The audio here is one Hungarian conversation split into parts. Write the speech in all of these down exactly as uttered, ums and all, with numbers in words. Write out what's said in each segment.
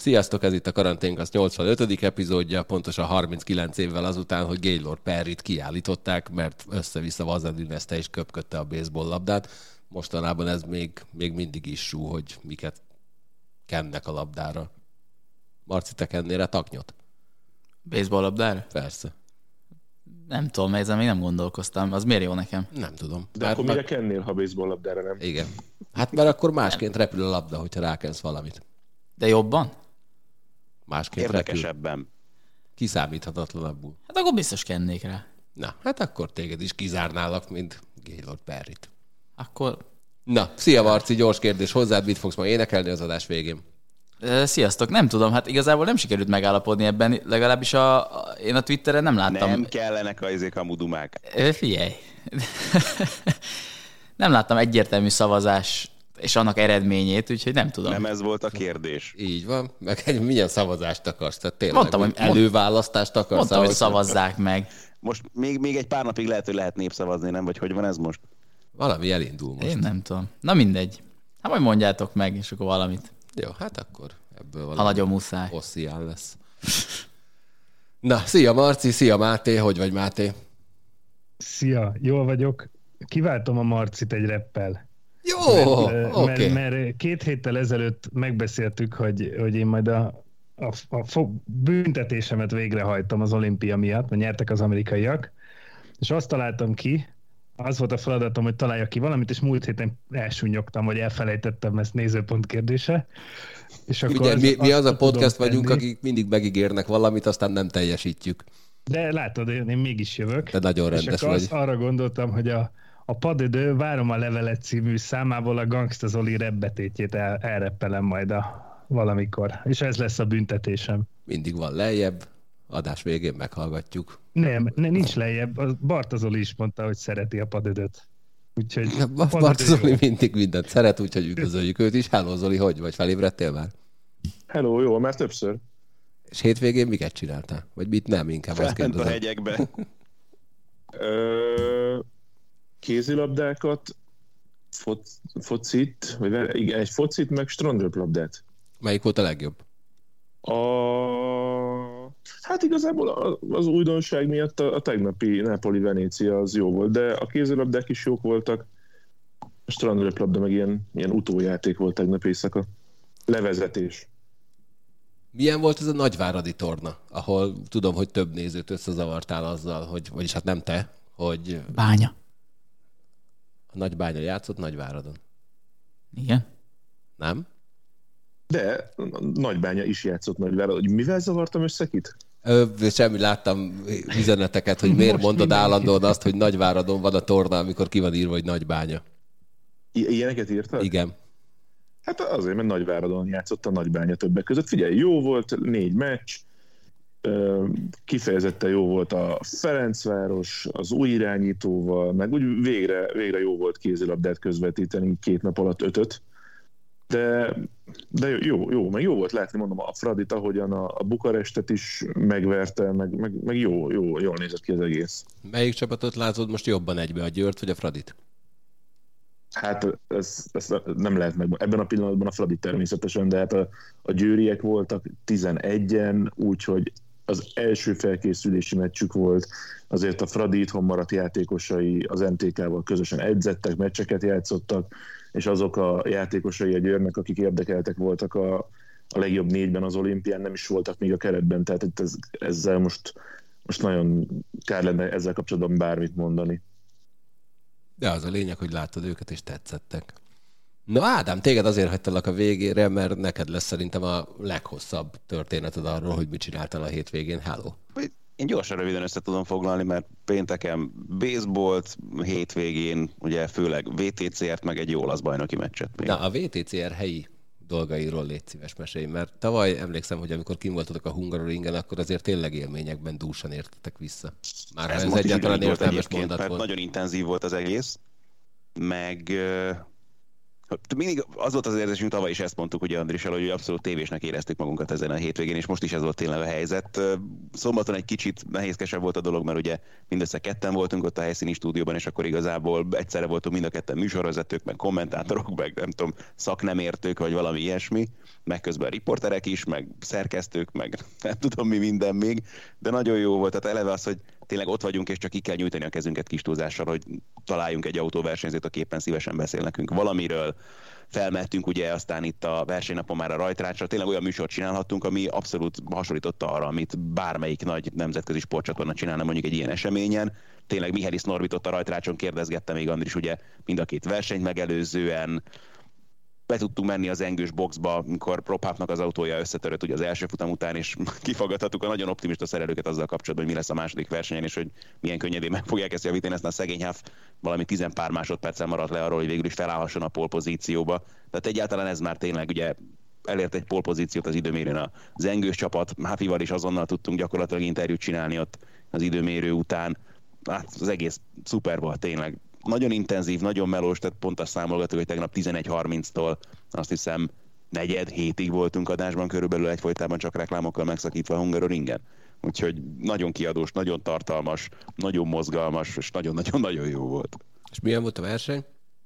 Sziasztok, ez itt a Karanténkasz nyolcvanötödik epizódja, pontosan harminckilenc évvel azután, hogy Gaylord Perryt kiállították, mert össze-vissza vazadűnezte és köpködte a baseball labdát. Mostanában ez még, még mindig is sú, hogy miket kennek a labdára. Marci, te kennél rá taknyot? Baseball labdára? Persze. Nem tudom, ezen még nem gondolkoztam. Az miért jó nekem? Nem tudom. De mert akkor mire kennél, ha baseball labdára nem? Igen. Hát mert akkor másként repül a labda, hogyha rákensz valamit. De jobban? Másként repül. Érdekesebben. Kiszámíthatatlanabbul. Hát akkor biztos kennék rá. Na, hát akkor téged is kizárnálak, mint Gaylord Perryt. Akkor... Na, szia Marci, gyors kérdés hozzád, mit fogsz ma énekelni az adás végén? Sziasztok, nem tudom, hát igazából nem sikerült megállapodni ebben, legalábbis a, a, én a Twitteren nem láttam. Nem kellenek a izék a mudumák. Figyelj. Nem láttam egyértelmű szavazás és annak eredményét, úgyhogy nem tudom. Nem ez volt a kérdés. Így van, meg egy milyen szavazást akarsz? Tehát tényleg, Mondtam, hogy előválasztást akarsz? Mondtam, hogy szavazzák meg. Most még, még egy pár napig lehet, hogy lehet népszavazni, nem? Vagy hogy van ez most? Valami elindul most. Én nem tudom. Na mindegy. Hát majd mondjátok meg, és akkor valamit. Jó, hát akkor ebből valami ha nagyon muszáj. Hosszián lesz. Na, szia Marci, szia Máté, hogy vagy Máté? Szia, jól vagyok. Kiváltom a Marcit egy reppel. Jó, mert, oké. Okay. Mert, mert két héttel ezelőtt megbeszéltük, hogy, hogy én majd a, a, a büntetésemet végrehajtom az olimpia miatt, mert nyertek az amerikaiak, és azt találtam ki, az volt a feladatom, hogy találjak ki valamit, és múlt héten elsúnyogtam, vagy elfelejtettem, ezt nézőpont kérdése. És akkor ugye az, mi, mi az a tudom podcast vagyunk, tenni. akik mindig megígérnek valamit, aztán nem teljesítjük. De látod, én mégis jövök. Te nagyon rendes és akkor vagy. azt arra gondoltam, hogy a, a Padödő Várom a levelet című számából a Gangsta Zoli repbetétjét el, elreppelem majd a, valamikor. És ez lesz a büntetésem. Mindig van lejjebb, adás végén meghallgatjuk. Nem, ne, nincs lejjebb. A Barta Zoli is mondta, hogy szereti a Padödöt. Úgyhogy Barta Zoli mindig mindent szeret, úgyhogy üdvözöljük őt is. Hello Zoli, hogy vagy? Felébredtél már? Hello, jó, már többször. És hétvégén miket csináltál? Vagy mit nem, inkább azt Felment a kérdezem. hegyekbe. Ö, kézilabdákat, foc, focit, vagy igen, egy focit, meg strandröplabdát. Melyik volt a legjobb? A... Hát igazából az újdonság miatt a, a tegnapi Napoli-Venécia az jó volt, de a kézilabdák is jók voltak. A strandröplabda meg ilyen, ilyen utójáték volt tegnap éjszaka. Levezetés. Milyen volt ez a nagyváradi torna, ahol tudom, hogy több nézőt összezavartál azzal, hogy, vagyis hát nem te, hogy Bánya. a Nagybánya játszott Nagyváradon. Igen. Nem? De Nagybánya is játszott Nagyvárad. Hogy mivel zavartam össze kit? Ö, semmi, láttam üzeneteket, hogy miért Most mondod mindenki. állandóan azt, hogy Nagyváradon van a torna, amikor ki van írva, hogy Nagybánya. I- ilyeneket írtad? Igen. Hát azért, mert Nagyváradon játszott a Nagybánya többek között. Figyelj, jó volt, négy meccs, kifejezetten jó volt a Ferencváros, az új irányítóval, meg úgy végre, végre jó volt kézilabdát közvetíteni két nap alatt ötöt. De, de jó, jó, meg jó volt látni, mondom, a Fradit, ahogyan a, a Bukarestet is megverte, meg, meg, meg jó, jó, jól nézett ki az egész. Melyik csapatot látod most jobban egybe, a Győrt vagy a Fradit? Hát ez, ez nem lehet meg. Ebben a pillanatban a Fradi természetesen, de hát a, a győriek voltak tizenegyen, úgyhogy az első felkészülési meccsük volt. Azért a Fradi itthon maradt játékosai az em té ká-val közösen edzettek, meccseket játszottak, és azok a játékosai a Győrnek, akik érdekeltek voltak a, a legjobb négyben az olimpián, nem is voltak még a keretben, tehát itt ez, ezzel most, most nagyon kár lenne ezzel kapcsolatban bármit mondani. De az a lényeg, hogy láttad őket és tetszettek. No Ádám, téged azért hagytalak a végére, mert neked lesz szerintem a leghosszabb történeted arról, hogy mit csináltál a hétvégén. Hello! Én gyorsan röviden össze tudom foglalni, mert pénteken baseballt, hétvégén ugye főleg vé té cé ert, meg egy jó olasz bajnoki meccset. Még. Na, a vé té cé er helyi dolgairól légy szíves mesélj, mert tavaly emlékszem, hogy amikor kim voltatok a Hungaroringen, akkor azért tényleg élményekben dúsan értetek vissza. Már ez, ez most is egyáltalán így volt értelmes egyébként, mondat mert volt. nagyon intenzív volt az egész, meg Mindig az volt az érzésünk, tavaly is ezt mondtuk, ugye Andrissal, hogy abszolút tévésnek éreztük magunkat ezen a hétvégén, és most is ez volt tényleg a helyzet. Szombaton egy kicsit nehézkesebb volt a dolog, mert ugye mindössze ketten voltunk ott a helyszíni stúdióban, és akkor igazából egyszerre voltunk mind a ketten műsorvezetők, meg kommentátorok, meg nem tudom, szaknemértők, vagy valami ilyesmi, meg közben riporterek is, meg szerkesztők, meg nem tudom mi minden még, de nagyon jó volt. Tehát eleve az, hogy tényleg ott vagyunk, és csak ki kell nyújtani a kezünket kis túlzással, hogy találjunk egy autóversenyzőt, aki éppen szívesen beszél nekünk valamiről. Felmettünk ugye aztán itt a versenynapon már a rajtrácsra, tényleg olyan műsort csinálhattunk, ami abszolút hasonlította arra, amit bármelyik nagy nemzetközi sportcsatorna csinálna mondjuk egy ilyen eseményen. Tényleg Mihály Norbit ott a rajtrácson kérdezgette még Andris ugye mind a két versenyt megelőzően. Be tudtunk menni az engős boxba, amikor Proppápnak az autója összetörött ugye az első futam után, és kifogadhattuk a nagyon optimista szerelőket azzal kapcsolatban, hogy mi lesz a második versenyen, és hogy milyen könnyedén meg fogják ezt javítani, ezt a szegény Huff valami tizen pár másodperccel maradt le arról, hogy végül is felállhasson a polpozícióba. Tehát egyáltalán ez már tényleg ugye elért egy polpozíciót az időmérőn az engős csapat, Huffival is azonnal tudtunk gyakorlatilag interjút csinálni ott az időmérő után. Hát az egész szuper volt tényleg. Nagyon intenzív, nagyon melós, tehát pont azt számolgattuk, hogy tegnap tizenegy harminctól azt hiszem negyed hétig voltunk adásban, körülbelül egyfolytában csak reklámokkal megszakítva a Hungaroringen. Úgyhogy nagyon kiadós, nagyon tartalmas, nagyon mozgalmas, és nagyon-nagyon-nagyon jó volt. És milyen volt a verseny?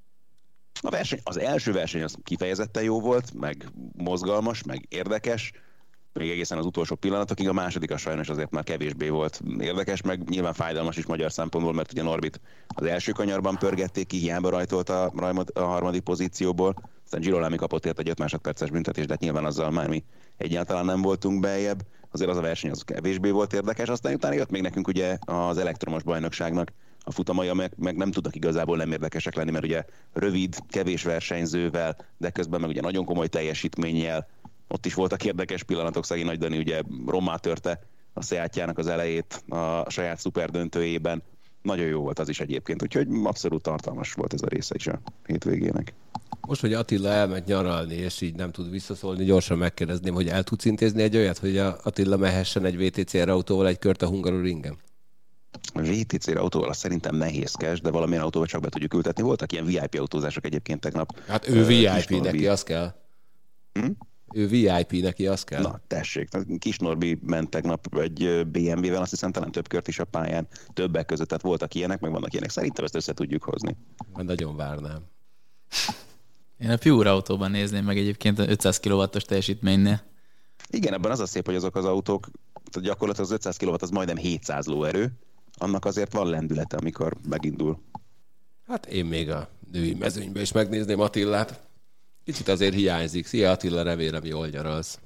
A verseny, az első verseny az kifejezetten jó volt, meg mozgalmas, meg érdekes, még egészen az utolsó pillanatokig, a második a sajnos azért már kevésbé volt érdekes, meg nyilván fájdalmas is magyar szempontból, mert ugye Norbit az első kanyarban pörgették ki, hiába rajtolt a, a harmadik pozícióból, aztán Girolami kapott ért egy öt másodperces büntetés, de hát nyilván azzal már mi egyáltalán nem voltunk beljebb, azért az a verseny az kevésbé volt érdekes, aztán utána jött még nekünk ugye az elektromos bajnokságnak a futamai, amelyek meg nem tudnak igazából nem érdekesek lenni, mert ugye rövid, kevés versenyzővel, de közben meg ugye nagyon komoly teljesítménnyel. Ott is voltak érdekes pillanatok, szegény Nagy Dani ugye rommá törte a Seatjának az elejét a saját szuperdöntőjében. Nagyon jó volt az is egyébként, úgyhogy abszolút tartalmas volt ez a része is a hétvégének. Most, hogy Attila elmegy nyaralni, és így nem tud visszaszólni, gyorsan megkérdezném, hogy el tudsz intézni egy olyat, hogy a Attila mehessen egy vé té cé er autóval egy kört a Hungaroringen? A vé té cé er autóval az szerintem nehézkes, de valamilyen autóval csak be tudjuk ültetni. Voltak ilyen vé i pé autózások egyébként tegnap. Hát ő vé i pé, neki az kell. Hm? Ő vé i pé, neki az kell. Na, tessék. Kis Norbi ment tegnap egy bé em vé-vel, azt hiszem talán több kört is a pályán, többek között, tehát voltak ilyenek, meg vannak ilyenek. Szerintem ezt össze tudjuk hozni. Már nagyon várnám. Én a Pure autóban nézném meg egyébként ötszáz kilowattos teljesítménynél. Igen, ebben az a szép, hogy azok az autók, tehát gyakorlatilag az ötszáz kilowatt az majdnem hétszáz lóerő, annak azért van lendülete, amikor megindul. Hát én még a női mezőnyben is megnézném Attillát. Kicsit azért hiányzik. Szia Attila, remélem jól nyaralsz.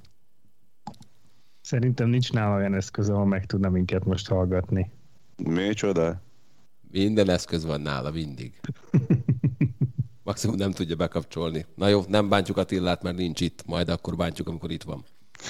Szerintem nincs nála olyan eszköz, ahol meg tudna minket most hallgatni. Micsoda? Minden eszköz van nála, mindig. Maximum nem tudja bekapcsolni. Na jó, nem bántjuk Attillát, mert nincs itt. Majd akkor bántjuk, amikor itt van.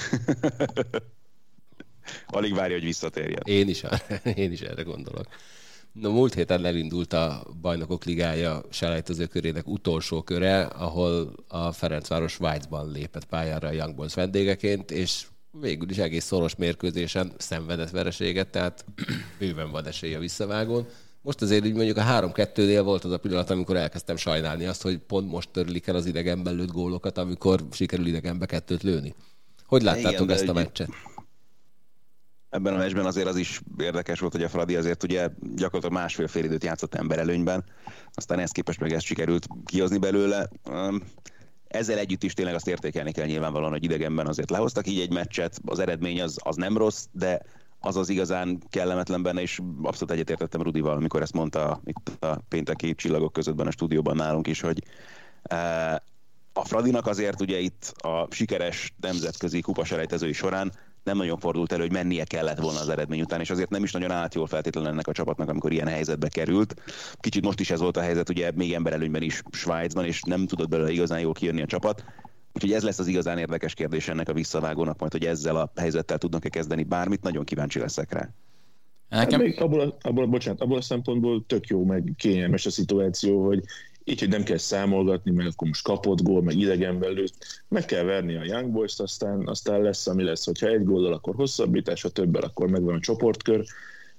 Alig várja, hogy visszatérjen. Én is, én is erre gondolok. Na, múlt héten elindult a Bajnokok Ligája selejtezőkörének utolsó köre, ahol a Ferencváros Svájcban lépett pályára a Young Boys vendégeként, és végül is egész szoros mérkőzésen szenvedett vereséget, tehát bőven van esély a visszavágón. Most azért így mondjuk a három kettőnél volt az a pillanat, amikor elkezdtem sajnálni azt, hogy pont most törlik el az idegenben lőtt gólokat, amikor sikerül idegenbe kettőt lőni. Hogy láttátok Igen, ezt a meccset? Ebben a meccsben azért az is érdekes volt, hogy a Fradi azért ugye gyakorlatilag másfél fél időt játszott emberelőnyben, aztán ezt képest meg ezt sikerült kihozni belőle. Ezzel együtt is tényleg azt értékelni kell nyilvánvalóan, hogy idegenben azért lehoztak így egy meccset, az eredmény az, az nem rossz, de az az igazán kellemetlen benne, és abszolút egyetértettem Rudival, amikor ezt mondta itt a pénteki Csillagok közöttben a stúdióban nálunk is, hogy a Fradinak azért ugye itt a sikeres nemzetközi kupaselejtezői során nem nagyon fordult elő, hogy mennie kellett volna az eredmény után, és azért nem is nagyon állt jól feltétlenül ennek a csapatnak, amikor ilyen helyzetbe került. Kicsit most is ez volt a helyzet, ugye még emberelőnyben is Svájcban, és nem tudott belőle igazán jól kijönni a csapat. Úgyhogy ez lesz az igazán érdekes kérdés ennek a visszavágónak, majd hogy ezzel a helyzettel tudnak-e kezdeni bármit, nagyon kíváncsi leszek rá. Nekem... Hát még abból, a, abból, bocsánat, abból a szempontból tök jó, meg kényelmes a szituáció, hogy így, hogy nem kell számolgatni, mert akkor most kapott gól, meg idegenben lőtt. Meg kell verni a Young Boys-t, aztán, aztán lesz, ami lesz. Hogyha egy góllal, akkor hosszabbítás, ha többel, akkor megvan a csoportkör.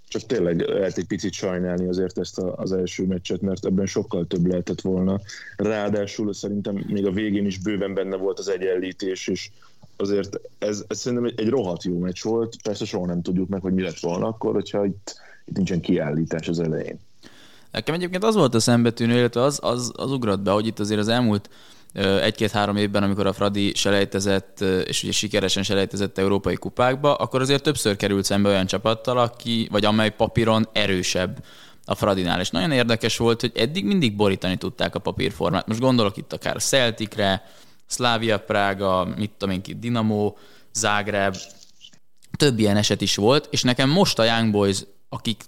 Csak tényleg lehet egy picit sajnálni azért ezt a, az első meccset, mert ebben sokkal több lehetett volna. Ráadásul szerintem még a végén is bőven benne volt az egyenlítés, és azért ez, ez szerintem egy, egy rohadt jó meccs volt. Persze soha nem tudjuk meg, hogy mi lett volna akkor, hogyha itt, itt nincsen kiállítás az elején. Nekem egyébként az volt a szembetűnő, illetve az, az, az ugrott be, hogy itt azért az elmúlt egy-két-három évben, amikor a Fradi selejtezett, és ugye sikeresen selejtezett európai kupákba, akkor azért többször került szembe olyan csapattal, aki, vagy amely papíron erősebb a Fradinál. És nagyon érdekes volt, hogy eddig mindig borítani tudták a papírformát. Most gondolok itt akár a Celticre, Slavia Prága, mit tudom én ki, Dinamo, Zágráb, több ilyen eset is volt, és nekem most a Young Boys, akik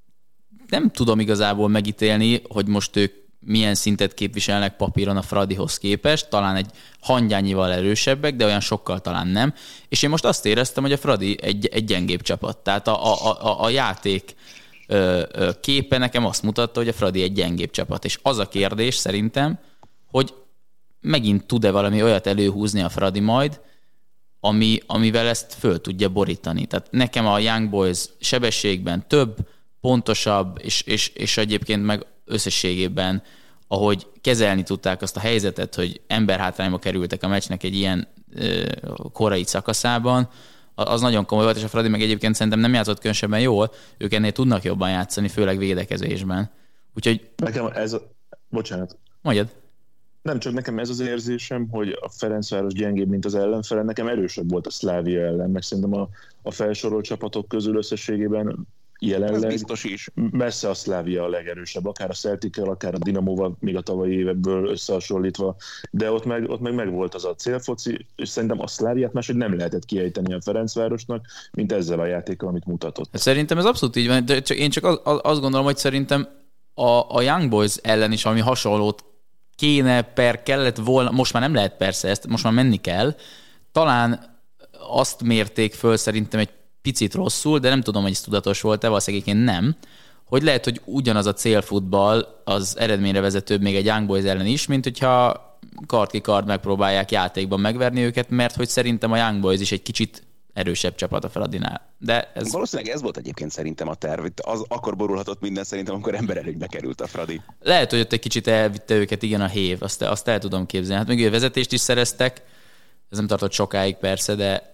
nem tudom igazából megítélni, hogy most ők milyen szintet képviselnek papíron a Fradihoz képest, talán egy hangyányival erősebbek, de olyan sokkal talán nem. És én most azt éreztem, hogy a Fradi egy, egy gyengébb csapat. Tehát a, a, a, a játék ö, ö, képe nekem azt mutatta, hogy a Fradi egy gyengébb csapat. És az a kérdés szerintem, hogy megint tud-e valami olyat előhúzni a Fradi majd, ami, amivel ezt föl tudja borítani. Tehát nekem a Young Boys sebességben több, pontosabb, és, és, és egyébként meg összességében, ahogy kezelni tudták azt a helyzetet, hogy emberhátrányba kerültek a meccsnek egy ilyen ö, korai szakaszában, az nagyon komoly volt, és a Fradi meg egyébként szerintem nem játszott különösebben jól, ők ennél tudnak jobban játszani, főleg védekezésben. Úgyhogy... Nekem ez a... Bocsánat. Mondjad. Nem csak nekem ez az érzésem, hogy a Ferencváros gyengébb, mint az ellenfele, nekem erősebb volt a Slavia ellen, meg szerintem a, a felsorolt csapatok közül összességében jelenleg ez biztos is. Messze a Slavia a legerősebb, akár a Celtickel, akár a Dinamóval, még a tavalyi évekből összehasonlítva, de ott meg, ott meg megvolt az a célfoci, és szerintem a Slaviát máshogy nem lehetett kiejteni a Ferencvárosnak, mint ezzel a játékkal, amit mutatott. Szerintem ez abszolút így van, de csak, én csak az, az, azt gondolom, hogy szerintem a, a Young Boys ellen is valami hasonlót kéne, per kellett volna, most már nem lehet persze ezt, most már menni kell, talán azt mérték föl szerintem egy picit rosszul, de nem tudom, hogy ez tudatos volt-e, valószínűleg én nem, hogy lehet, hogy ugyanaz a célfutball az eredményre vezetőbb még egy Young Boys ellen is, mint hogyha kard-ki-kard megpróbálják játékban megverni őket, mert hogy szerintem a Young Boys is egy kicsit erősebb csapat a Fradinál. De ez... Valószínűleg ez volt egyébként szerintem a terv. Az akkor borulhatott minden szerintem, amikor emberelőnybe került a Fradi. Lehet, hogy ott egy kicsit elvitte őket, igen, a hév, azt, azt el tudom képzelni. Hát még a vezetést is szereztek, ez nem tartott sokáig persze, de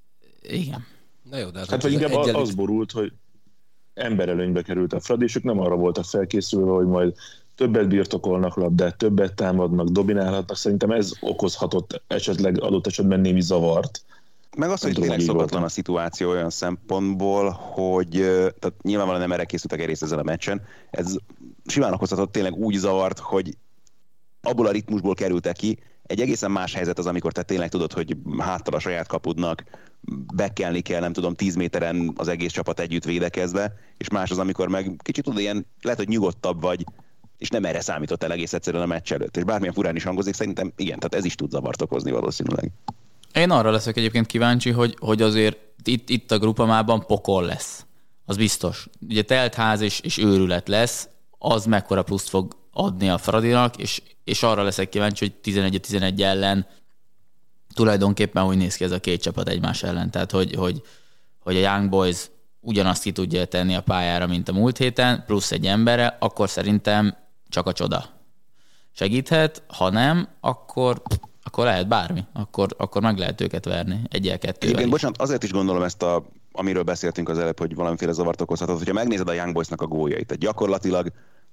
igen. Na jó, de hát vagy inkább egyenlít... az borult, hogy emberelőnybe került a Fradi, és ők nem arra voltak felkészülve, hogy majd többet birtokolnak labdát, többet támadnak, dominálhatnak. Szerintem ez okozhatott esetleg adott esetben némi zavart. Meg az, hogy tényleg szokatlan a szituáció olyan szempontból, hogy tehát nyilvánvalóan nem erre készültek egy részt ezen a meccsen. Ez simán okozhatott tényleg úgy zavart, hogy abból a ritmusból kerültek ki. Egy egészen más helyzet az, amikor te tényleg tudod, hogy háttal a saját kapudnak, bekelni kell, nem tudom, tíz méteren az egész csapat együtt védekezve, és más az, amikor meg kicsit tudod, ilyen, lehet, hogy nyugodtabb vagy, és nem erre számítottál egész egyszerűen a meccs előtt. És bármilyen furán is hangozik, szerintem igen, tehát ez is tud zavart okozni valószínűleg. Én arra leszek egyébként kíváncsi, hogy, hogy azért itt, itt a grupamában pokol lesz. Az biztos. Ugye teltház és, és őrület lesz, az mekkora pluszt fog adni a Fradinak, és, és arra leszek kíváncsi, hogy tizenegy tizenegy ellen tulajdonképpen úgy néz ki ez a két csapat egymás ellen. Tehát, hogy, hogy, hogy a Young Boys ugyanazt ki tudja tenni a pályára, mint a múlt héten, plusz egy emberre, akkor szerintem csak a csoda segíthet. Ha nem, akkor... akkor lehet bármi, akkor, akkor meg lehet őket verni egyel-kettővel. Igen, bocsánat, azért is gondolom ezt, a, amiről beszéltünk az előbb, hogy valamiféle zavart okozhatott, hogyha megnézed a Young Boysnak a góljait, tehát gyakorlatilag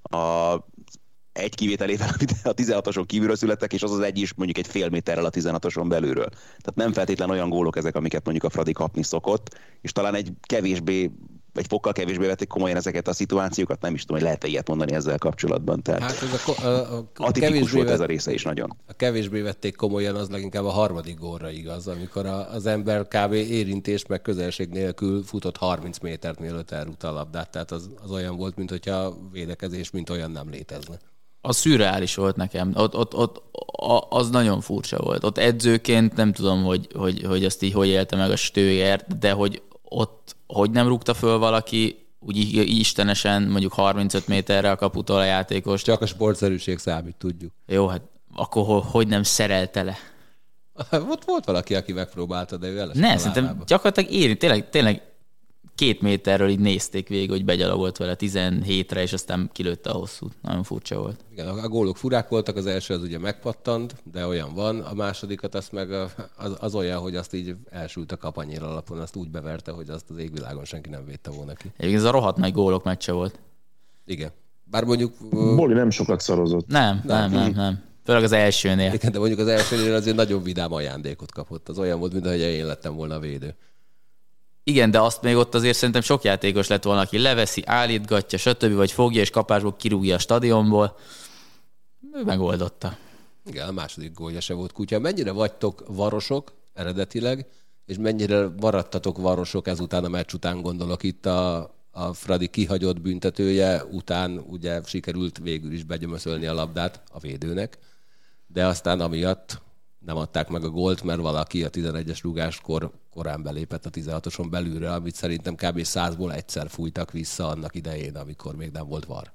a egy kivételével a tizenhatoson kívülről születtek, és az az egy is mondjuk egy fél méterrel a tizenhatoson belülről. Tehát nem feltétlen olyan gólok ezek, amiket mondjuk a Fradi kapni szokott, és talán egy kevésbé, egy fokkal kevésbé vették komolyan ezeket a szituációkat, nem is tudom, hogy lehet-e ilyet mondani ezzel kapcsolatban. Tehát hát ez a, a, a, a atipikus volt vett, ez a része is nagyon. A kevésbé vették komolyan, az leginkább a harmadik gólra igaz, amikor a, az ember kb. Érintés meg közelség nélkül futott harminc métert, mielőtt elrúgta a labdát. Tehát az, az olyan volt, mint hogyha a védekezés mint olyan nem létezne. Az szürreális volt nekem. Ott, ott, ott, az nagyon furcsa volt. Ott edzőként nem tudom, hogy, hogy, hogy azt így hogy élte meg a Stögert, de hogy ott hogy nem rúgta föl valaki úgy istenesen mondjuk harmincöt méterre a kaputól a játékos. Csak a sportszerűség számít, tudjuk. Jó, hát akkor hogy nem szerelte le? Ott volt valaki, aki megpróbálta, de ő el Ne, szerintem gyakorlatilag érint, tényleg, tényleg két méterről így nézték végig, hogy begyalogolt vele tizenhétre, és aztán kilőtte a hosszút. Nagyon furcsa volt. Igen, a gólok furák voltak, az első az ugye megpattant, de olyan van, a másodikat azt meg az, az olyan, hogy azt így elsült a kapanyér alapon, azt úgy beverte, hogy azt az égvilágon senki nem védte volna ki. Egyébként ez a rohadt nagy gólok meccse volt. Igen. Bár mondjuk... Boli nem sokat szarozott. Nem, nem, nem, nem. Főleg az elsőnél. Igen, de mondjuk az elsőnél azért nagyon vidám ajándékot kapott. Az olyan volt, mintha én lettem volna a védő. Igen, de azt még ott azért szerintem sok játékos lett volna, aki leveszi, állítgatja, stb. Vagy fogja és kapásból kirúgja a stadionból. Ő megoldotta. Igen, a második gólja se volt kutya. Mennyire vagytok varosok eredetileg, és mennyire maradtatok varosok ezután a meccs után, gondolok itt a, a Fradi kihagyott büntetője után ugye sikerült végül is begyömöszölni a labdát a védőnek, de aztán amiatt nem adták meg a gólt, mert valaki a tizenegyes rúgáskor korán belépett a tizenhatoson belülre, amit szerintem kb. százból egyszer fújtak vissza annak idején, amikor még nem volt var.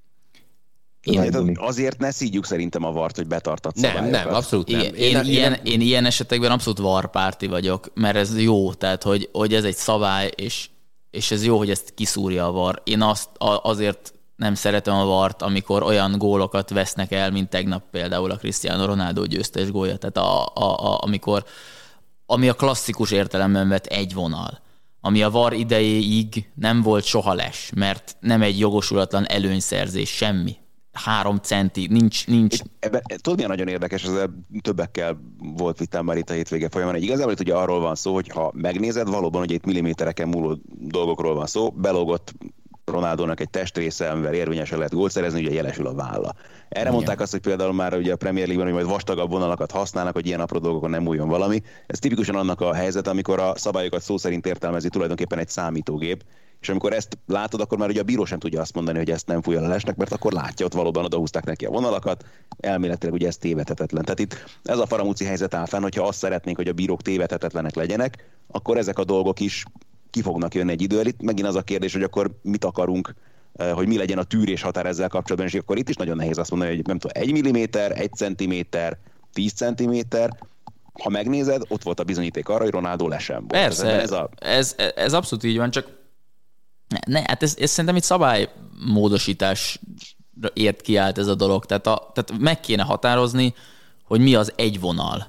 Én, azért ne szígyük szerintem a vart, hogy betartat szabályokat. Nem, nem, abszolút nem. Én, én, én, ilyen, nem... én ilyen esetekben abszolút varpárti vagyok, mert ez jó, tehát hogy, hogy ez egy szabály, és, és ez jó, hogy ezt kiszúrja a var. Én azt azért nem szeretem a vart, amikor olyan gólokat vesznek el, mint tegnap például a Cristiano Ronaldo győztes gólja. Tehát a, a, a, amikor, ami a klasszikus értelemben vett egy vonal, ami a var idejéig nem volt soha les, mert nem egy jogosulatlan előnyszerzés, semmi. Három centi, nincs... nincs. Ebben, tudod, milyen nagyon érdekes, ezzel többekkel volt vitám már itt a hétvége folyamán, hogy igazából itt ugye arról van szó, hogy ha megnézed, valóban ugye itt millimétereken múló dolgokról van szó, belógott Ronaldónak egy testrésze, amivel érvényesen lehet gólt szerezni, ugye jelesül a válla. Erre igen. Mondták azt, hogy például már ugye a Premier League-ben, hogy majd vastagabb vonalakat használnak, hogy ilyen apró dolgokon nem újjon valami. Ez tipikusan annak a helyzet, amikor a szabályokat szó szerint értelmezi tulajdonképpen egy számítógép, és amikor ezt látod, akkor már ugye a bíró sem tudja azt mondani, hogy ezt nem fújja le lesnek, mert akkor látja, ott valóban odahúzták neki a vonalakat, elméletileg ugye ez tévedhetetlen. Tehát itt ez a faramúci helyzet áll fenn, hogyha azt szeretnénk, hogy a bírók tévedhetetlenek legyenek, akkor ezek a dolgok is ki fognak jönni egy idő előtt. Megint az a kérdés, hogy akkor mit akarunk, hogy mi legyen a tűrés határ ezzel kapcsolatban, és akkor itt is nagyon nehéz azt mondani, hogy nem tudom, egy milliméter, egy centiméter, tíz centiméter, ha megnézed, ott volt a bizonyíték arra, hogy Ronaldo le sem volt. Persze, ez, a... ez, ez abszolút így van, csak ne, ne, hát ez, ez szerintem itt szabálymódosítás ért kiállt ez a dolog. Tehát, a, tehát meg kéne határozni, hogy mi az egy vonal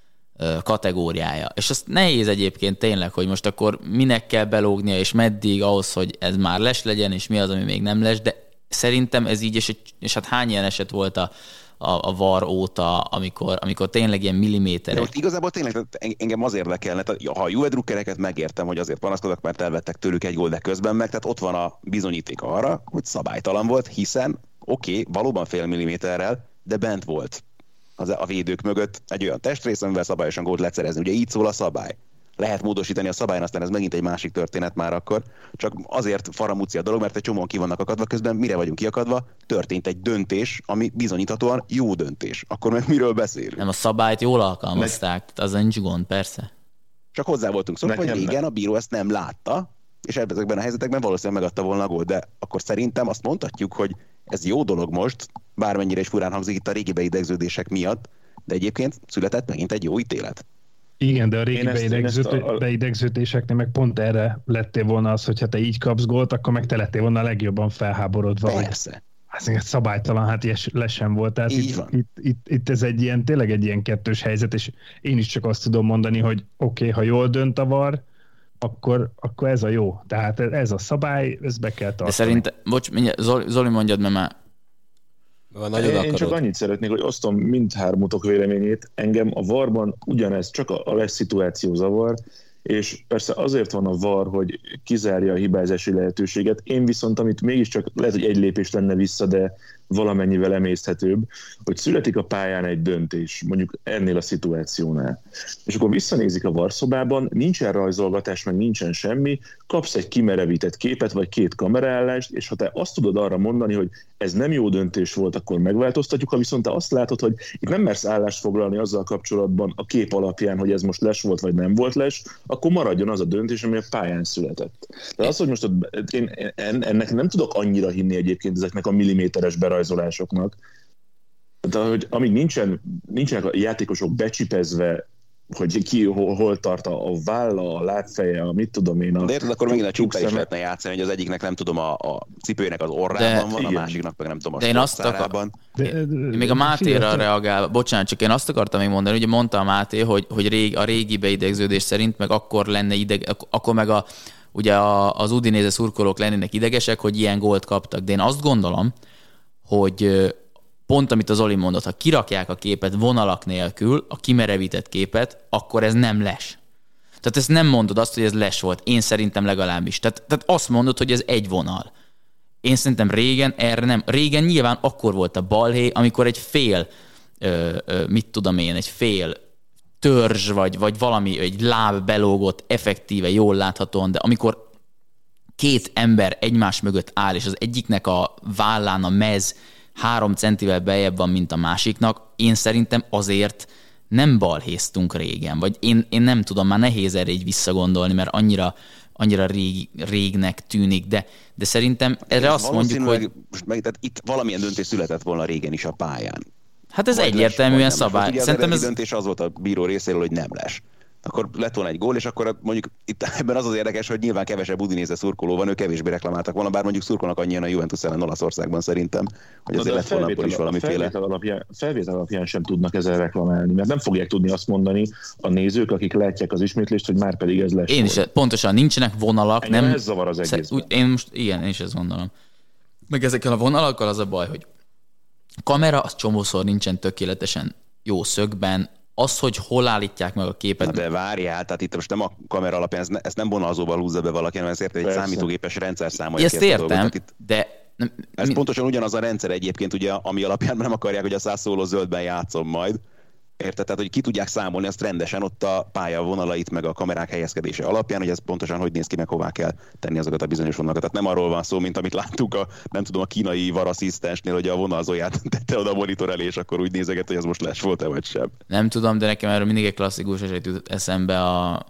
kategóriája. És azt nehéz egyébként tényleg, hogy most akkor minek kell belógnia, és meddig ahhoz, hogy ez már les legyen, és mi az, ami még nem les, de szerintem ez így, és, és hát hány ilyen eset volt a, a, a var óta, amikor, amikor tényleg ilyen milliméterek. De most igazából tényleg engem az érdekelne, ha a Juve drukkereket megértem, hogy azért panaszkodok, mert elvettek tőlük egy gól, de közben meg, tehát ott van a bizonyíték arra, hogy szabálytalan volt, hiszen oké, okay, valóban fél milliméterrel, de bent volt az a védők mögött egy olyan testrész, amivel szabályosan gólt lehet szerezni. Ugye így szól a szabály. Lehet módosítani a szabályon, aztán ez megint egy másik történet már akkor. Csak azért faramúci a dolog, mert egy csomóan ki vannak akadva, közben mire vagyunk kiakadva? Történt egy döntés, ami bizonyíthatóan jó döntés. Akkor meg miről beszélünk? Nem, a szabályt jól alkalmazták, meg... az nincs gond, persze. Csak hozzá voltunk szokva, hogy igen, a bíró ezt nem látta, és ezekben a helyzetekben valószínűleg megadta volna a gólt, de akkor szerintem azt mondhatjuk, hogy ez jó dolog most, bármennyire is furán hangzik itt a régi beidegződések miatt, de egyébként született megint egy jó ítélet. Igen, de a régi beidegződő, beidegződéseknél meg pont erre lettél volna az, hogy ha te így kapsz gólt, akkor meg te lettél volna a legjobban felháborodva. Persze. Ez szabálytalan, hát ilyes le sem volt. Tehát itt, itt, itt, itt ez egy ilyen, tényleg egy ilyen kettős helyzet, és én is csak azt tudom mondani, hogy oké, okay, ha jól dönt a var, akkor, akkor ez a jó. Tehát ez a szabály, ezt be kell tartani. De szerintem, bocs, mindjárt, Zoli, Zoli mondjad, mert már... Én, én csak annyit szeretnék, hogy osztom mindhármutok véleményét. Engem a varban ugyanez, csak a, a lesz szituáció zavar, és persze azért van a var, hogy kizárja a hibázási lehetőséget. Én viszont, amit mégiscsak lehet, hogy egy lépés lenne vissza, de valamennyivel emészthetőbb, hogy születik a pályán egy döntés, mondjuk ennél a szituációnál. És akkor visszanézik a varszobában, nincsen rajzolgatás, meg nincsen semmi, kapsz egy kimerevített képet, vagy két kameraállást, és ha te azt tudod arra mondani, hogy ez nem jó döntés volt, akkor megváltoztatjuk, ha viszont te azt látod, hogy itt nem mersz állást foglalni azzal kapcsolatban a kép alapján, hogy ez most les volt, vagy nem volt les, akkor maradjon az a döntés, ami a pályán született. De az, hogy most én ennek nem tudok annyira hinni egyébként ezeknek a milliméteres berajzolásoknak, de hogy amíg nincsen, nincsenek a játékosok becsipezve hogy ki hol, hol tart a, a válla, a lábfeje, a mit tudom én. A de érted, akkor megint a csúppel is szeme... lehetne játszani, hogy az egyiknek nem tudom, a, a cipőjének az orrában de, van, igen. A másiknak meg nem tudom, a de én azt akar... de, de, de, még a Mátéra reagál, bocsánat, csak én azt akartam még mondani, ugye mondta a Máté, hogy, hogy rég, a régi beidegződés szerint meg akkor lenne ideg, akkor meg a, ugye a, az Udinese szurkolók lennének idegesek, hogy ilyen gólt kaptak. De én azt gondolom, hogy pont amit az Oli mondott, ha kirakják a képet vonalak nélkül, a kimerevített képet, akkor ez nem les. Tehát ezt nem mondod azt, hogy ez les volt. Én szerintem legalábbis. Tehát, tehát azt mondod, hogy ez egy vonal. Én szerintem régen erre nem. Régen nyilván akkor volt a balhé, amikor egy fél, ö, ö, mit tudom én, egy fél törzs, vagy, vagy valami, egy láb belógott, effektíve, jól láthatóan, de amikor két ember egymás mögött áll, és az egyiknek a vállán a mez három centivel beljebb van, mint a másiknak, én szerintem azért nem balhéztunk régen, vagy én, én nem tudom, már nehéz erre így visszagondolni, mert annyira, annyira rég, régnek tűnik, de, de szerintem erre azt mondjuk, hogy... Most meg, tehát itt valamilyen döntés született volna régen is a pályán. Hát ez vagy egyértelműen les, szabály. Ugye szerintem az ez... döntés az volt a bíró részéről, hogy nem les. Akkor lett volna egy gól, és akkor mondjuk itt ebben az az érdekes, hogy nyilván kevesebb Udinese szurkoló van, ők kevésbé reklamáltak volna, bár mondjuk szurkolnak annyian a Juventus ellen Olaszországban szerintem, hogy azért lett volna akkor is valamiféle. Felvétel alapján, felvétel alapján sem tudnak ezzel reklamálni, mert nem fogják tudni azt mondani a nézők, akik látják az ismétlést, hogy már pedig ez lesz. Én is, pontosan nincsenek vonalak. Engem nem. Ez zavar az egészben. Én most, igen, én is ezt gondolom. Meg ezekkel a vonalakkal az a baj, hogy a kamera az csomószor nincsen tökéletesen jó szögben, az, hogy hol állítják meg a képet. Na de várjál, tehát itt most nem a kamera alapján, ezt, ne, ezt nem vonalzóval húzza be valaki, hanem ezért egy számítógépes rendszer számolja. Ezt értem, itt, de... Nem, ez mi... pontosan ugyanaz a rendszer egyébként, ugye, ami alapján nem akarják, hogy a Sassuolo zöldben játszom majd. Érted? Tehát, hogy ki tudják számolni azt rendesen ott a pálya vonalait, meg a kamerák helyezkedése alapján, hogy ez pontosan hogy néz ki, meg hová kell tenni azokat a bizonyos vonalakat. Tehát nem arról van szó, mint amit láttuk a, nem tudom, a kínai varasszisztensnél, hogy a vonalzóját tette oda a monitor elé, és akkor úgy nézeget, hogy ez most les volt-e vagy sem. Nem tudom, de nekem erről mindig egy klasszikus eset jut eszembe. A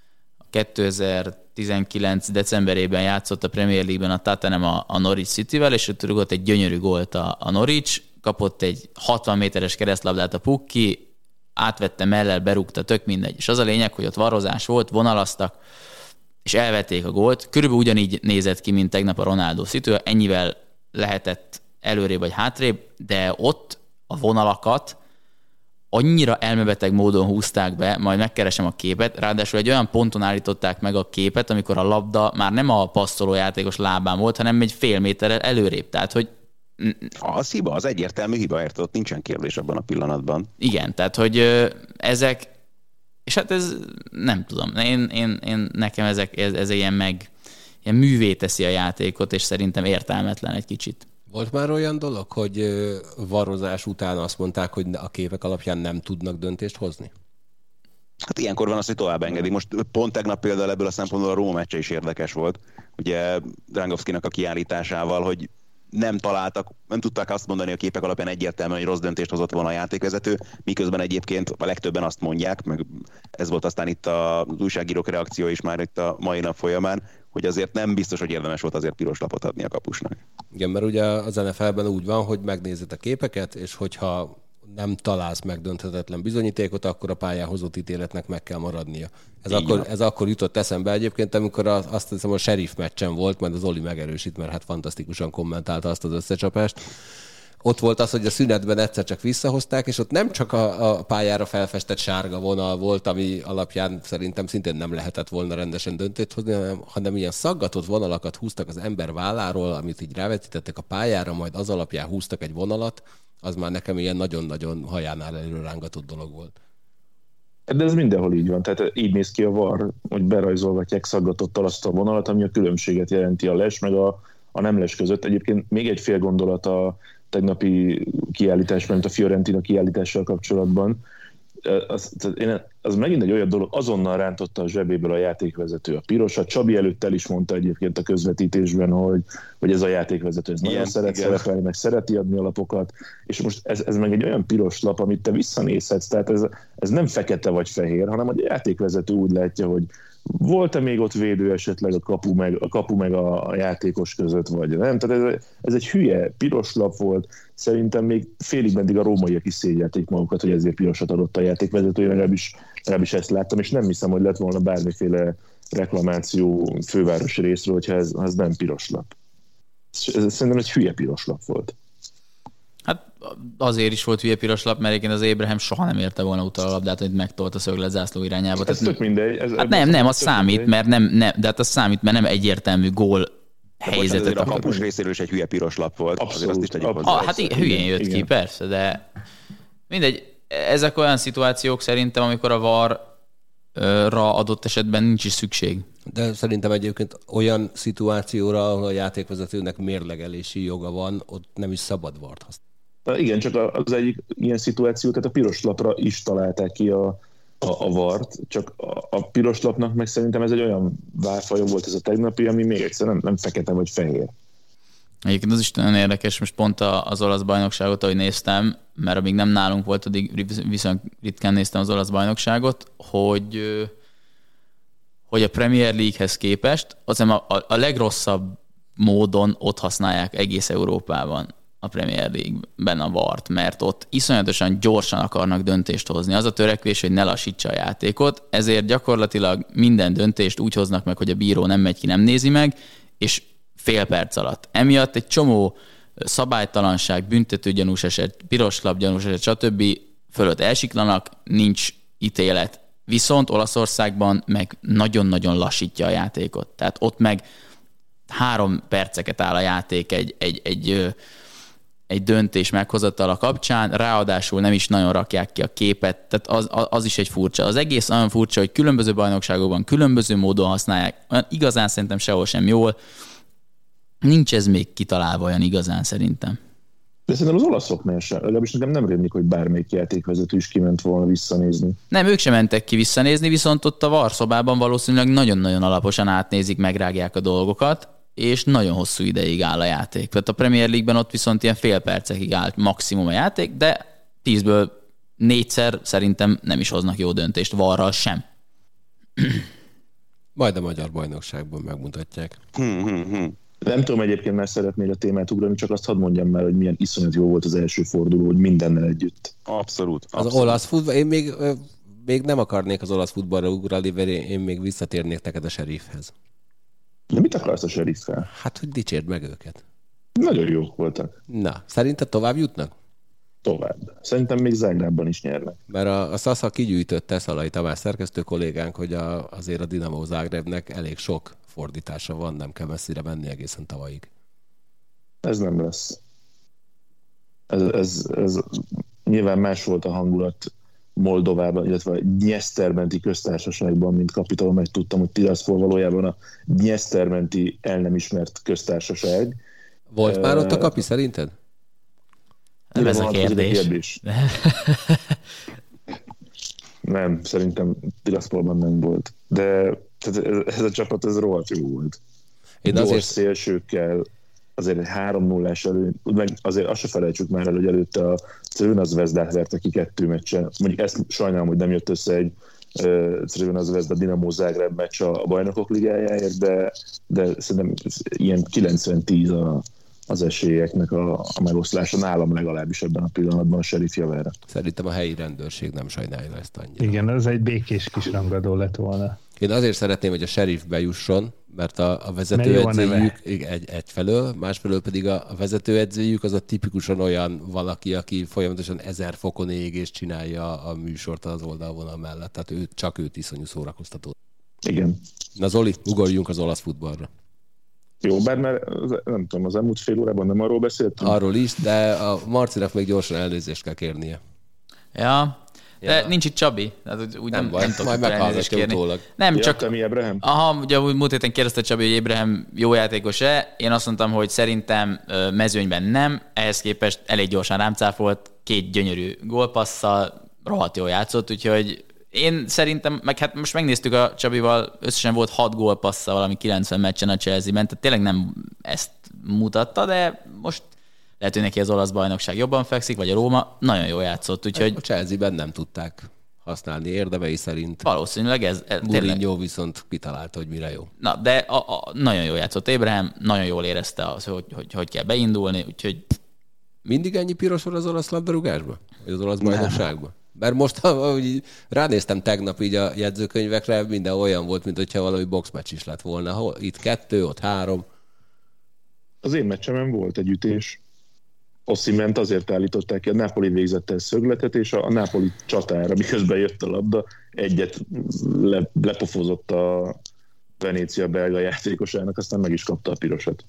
kétezer-tizenkilenc decemberében játszott a Premier League-ben a Tottenham a, a Norwich Cityvel, és ott rúgott egy gyönyörű gólt a, a Norwich, kapott egy hatvan méteres keresztlabdát a Pukki, átvette mellel, berúgta, tök mindegy. És az a lényeg, hogy ott varrozás volt, vonalaztak, és elvették a gólt. Körülbelül ugyanígy nézett ki, mint tegnap a Ronaldo szitu, ennyivel lehetett előrébb vagy hátrébb, de ott a vonalakat annyira elmebeteg módon húzták be, majd megkeresem a képet, ráadásul egy olyan ponton állították meg a képet, amikor a labda már nem a passzoló játékos lábán volt, hanem egy fél méterrel előrébb. Tehát, hogy az hiba, az egyértelmű hiba, érted, ott nincsen kérdés abban a pillanatban. Igen, tehát, hogy ezek, és hát ez nem tudom, én, én, én nekem ezek, ez, ez ilyen meg, ilyen művé teszi a játékot, és szerintem értelmetlen egy kicsit. Volt már olyan dolog, hogy varrozás után azt mondták, hogy a képek alapján nem tudnak döntést hozni? Hát ilyenkor van az, hogy tovább engedik. Most pont tegnap például ebből a szempontból a Róma meccse is érdekes volt. Ugye Drangovszkinak a kiállításával, hogy nem találtak, nem tudták azt mondani a képek alapján egyértelműen, hogy rossz döntést hozott volna a játékvezető, miközben egyébként a legtöbben azt mondják, meg ez volt aztán itt az újságírók reakció is már itt a mai nap folyamán, hogy azért nem biztos, hogy érdemes volt azért piros lapot adni a kapusnak. Igen, mert ugye az en ef el-ben úgy van, hogy megnézed a képeket, és hogyha nem találsz megdönthetetlen bizonyítékot, akkor a pályán hozott ítéletnek meg kell maradnia. Ez, akkor, ez akkor jutott eszembe egyébként, amikor az, azt hiszem a Sheriff meccsen volt, majd az Oli megerősít, mert hát fantasztikusan kommentálta azt az összecsapást. Ott volt az, hogy a szünetben egyszer csak visszahozták, és ott nem csak a, a pályára felfestett sárga vonal volt, ami alapján szerintem szintén nem lehetett volna rendesen döntést hozni, hanem, hanem ilyen szaggatott vonalakat húztak az ember válláról, amit így rávetítettek a pályára, majd az alapján húztak egy vonalat, az már nekem ilyen nagyon-nagyon hajánál előre rángatott dolog volt. De ez mindenhol így van, tehát így néz ki a var, hogy berajzolgatják szaggatottal azt a vonalat, ami a különbséget jelenti a les meg a, a nem les között. Egyébként még egy fél gondolat a tegnapi kiállításban, mint a Fiorentina kiállítással kapcsolatban. Az, az, az megint egy olyan dolog, azonnal rántotta a zsebéből a játékvezető a pirosat. Csabi előtt el is mondta egyébként a közvetítésben, hogy, hogy ez a játékvezető ez nagyon szeret igen. szerepelni, meg szereti adni a lapokat, és most ez, ez meg egy olyan piros lap, amit te visszanézhetsz, tehát ez, ez nem fekete vagy fehér, hanem hogy a játékvezető úgy látja, hogy volt-e még ott védő esetleg a kapu meg a, kapu meg a, a játékos között, vagy nem? Tehát ez, ez egy hülye, piros lap volt. Szerintem még félig meddig a rómaiak is szégyelték magukat, hogy ezért pirosat adott a játékvezető, legalábbis, legalábbis ezt láttam, és nem hiszem, hogy lett volna bármiféle reklamáció fővárosi részről, hogyha ez, ez nem piros lap. Ez szerintem egy hülye piros lap volt. Hát azért is volt hülye piros lap, mert egyébként az Abraham soha nem érte volna utal a labdát, hogy megtolt a szöglet zászló irányába. Ez tök mindegy. Ez, hát nem, nem, az számít, mindegy. mert nem, nem, de hát az számít, mert nem egyértelmű gól helyzetet. A kapus részéről is egy hülye piros lap volt. Abszolút, azt is tegyük abszolút. hozzá. Ah, hát igen, hülyén jött igen. ki, persze, de mindegy. Ezek olyan szituációk szerintem, amikor a varra adott esetben nincs is szükség. De szerintem egyébként olyan szituációra, ahol a játékvezetőnek mérlegelési joga van, ott nem is szabad vart használni. Igen, csak az egyik ilyen szituáció, tehát a piros lapra is találták ki a, a, a vart, csak a, a piros lapnak meg szerintem ez egy olyan válfaja volt ez a tegnapi, ami még egyszer nem, nem fekete vagy fehér. Egyébként az is nagyon érdekes, most pont az olasz bajnokságot, ahogy néztem, mert amíg nem nálunk volt, addig viszont ritkán néztem az olasz bajnokságot, hogy, hogy a Premier League-hez képest az a, a, a legrosszabb módon ott használják egész Európában a Premier League-ben a vart, mert ott iszonyatosan gyorsan akarnak döntést hozni. Az a törekvés, hogy ne lassítsa a játékot, ezért gyankorlatilag minden döntést úgy hoznak meg, hogy a bíró nem megy ki, nem nézi meg, és fél perc alatt. Emiatt egy csomó szabálytalanság, büntető gyanús eset, piros lap gyanús eset, stb. Fölött elsiklanak, nincs ítélet. Viszont Olaszországban meg nagyon-nagyon lassítja a játékot. Tehát ott meg három perceket áll a játék egy, egy, egy, egy döntés meghozatala kapcsán, ráadásul nem is nagyon rakják ki a képet, tehát az, az is egy furcsa. Az egész nagyon furcsa, hogy különböző bajnokságokban különböző módon használják. Olyan igazán szerintem sehol sem jól. Nincs ez még kitalálva olyan igazán szerintem. De szerintem az olaszoknál sem. Legalábbis nekem nem rémlik, hogy bármelyik játékvezető is kiment volna visszanézni. Nem, ők sem mentek ki visszanézni, viszont ott a VAR szobában valószínűleg nagyon-nagyon alaposan átnézik, megrágják a dolgokat, és nagyon hosszú ideig áll a játék. Tehát a Premier League-ben ott viszont ilyen fél percekig állt maximum a játék, de tízből négyszer szerintem nem is hoznak jó döntést, VAR-ral sem. Majd a magyar bajnokságban megmutatják. Hmm, hmm, hmm. Nem tudom egyébként, mert szeretnél a témát ugrani, csak azt hadd mondjam már, hogy milyen iszonyat jó volt az első forduló, hogy mindennel együtt. Abszolút. Az abszolút. Olasz futball, én még, még nem akarnék az olasz futballra ugrani, mert én még visszatérnék neked a Sheriffhez. De mit akarsz a Sheriffel? Hát, hogy dicsérd meg őket. Nagyon jók voltak. Na, szerinted tovább jutnak? Tovább. Szerintem még Zágrábban is nyernek. Mert a, a Szasza kigyűjtötte, Szalai Tamás szerkesztő kollégánk, hogy a, azért a Dinamo Zágrábnek elég sok fordítása van, nem kell messzire menni egészen tavalyig. Ez nem lesz. Ez, ez, ez nyilván más volt a hangulat Moldovában, illetve a Nyesztermenti köztársaságban, mint kapitál, meg tudtam, hogy Tiraspol valójában a Nyesztermenti el nem ismert köztársaság. Volt uh, már ott a kapi szerinted? Nem ez a kérdés. A kérdés. Nem, szerintem Tiraspolban nem volt. De tehát ez a csapat, ez rohadt jó volt. Én gyors azért... szélsőkkel, azért egy három nullás elő, meg azért azt se felejtsük már el, hogy előtte a Crvena Zvezdát verte ki kettő meccsen. Mondjuk ezt sajnálom, hogy nem jött össze egy uh, Crvena Zvezda Dinamo Zágráb meccs a Bajnokok Ligájáért, de, de szerintem ilyen kilencven tíz a, az esélyeknek a, a megoszlása nálam legalábbis ebben a pillanatban a Sheriff javára. Szerintem a helyi rendőrség nem sajnálja ezt annyira. Igen, ez egy békés kis rangadó lett volna. Én azért szeretném, hogy a Sheriff bejusson, mert a, a vezetőedzőjük egy, egyfelől, másfelől pedig a, a vezetőedzőjük az a tipikusan olyan valaki, aki folyamatosan ezer fokon ég és csinálja a műsort az oldalvonal mellett. Tehát ő, csak őt iszonyú szórakoztató. Igen. Na Zoli, ugorjunk az olasz futballra. Jó, bár már nem tudom, az elmúlt fél órában nem arról beszéltünk? Arról is, de a Marcinak még gyorsan elnézést kell kérnie. Ja, de ja. Nincs itt Csabi. Tehát úgy nem, nem, baj, nem tudok majd elnézést kérni. Utólag. Nem, ja, csak... mi Abraham? Aha, ugye múlt héten kérdezte Csabi, hogy Abraham jó játékos-e. Én azt mondtam, hogy szerintem mezőnyben nem. Ehhez képest elég gyorsan rám cáfolt, két gyönyörű gólpasszal, rohadt jól játszott, úgyhogy én szerintem, meg hát most megnéztük a Csabival, összesen volt hat gólpassza valami kilencven meccsen a Chelsea-ben, tehát tényleg nem ezt mutatta, de most lehet, hogy neki az olasz bajnokság jobban fekszik, vagy a Róma, nagyon jól játszott, úgyhogy... A Chelsea-ben nem tudták használni érdemei szerint. Valószínűleg ez... ez Mourinho viszont kitalálta, hogy mire jó. Na, de a, a, nagyon jól játszott Abraham, nagyon jól érezte az, hogy hogy, hogy kell beindulni, úgyhogy... Mindig ennyi piros van az olasz labdarúgásban? Vagy az olasz bajnokságban? Mert most, ahogy ránéztem tegnap így a jegyzőkönyvekre, minden olyan volt, mint hogyha valami boxmeccs is lett volna. Itt kettő, ott három. Az én meccsemen volt egy ütés. Osimhent azért állították ki, a Napoli végzett el szögletet, és a Napoli csatára, miközben jött a labda, egyet le, lepofozott a Venécia belga játékosának, aztán meg is kapta a pirosat.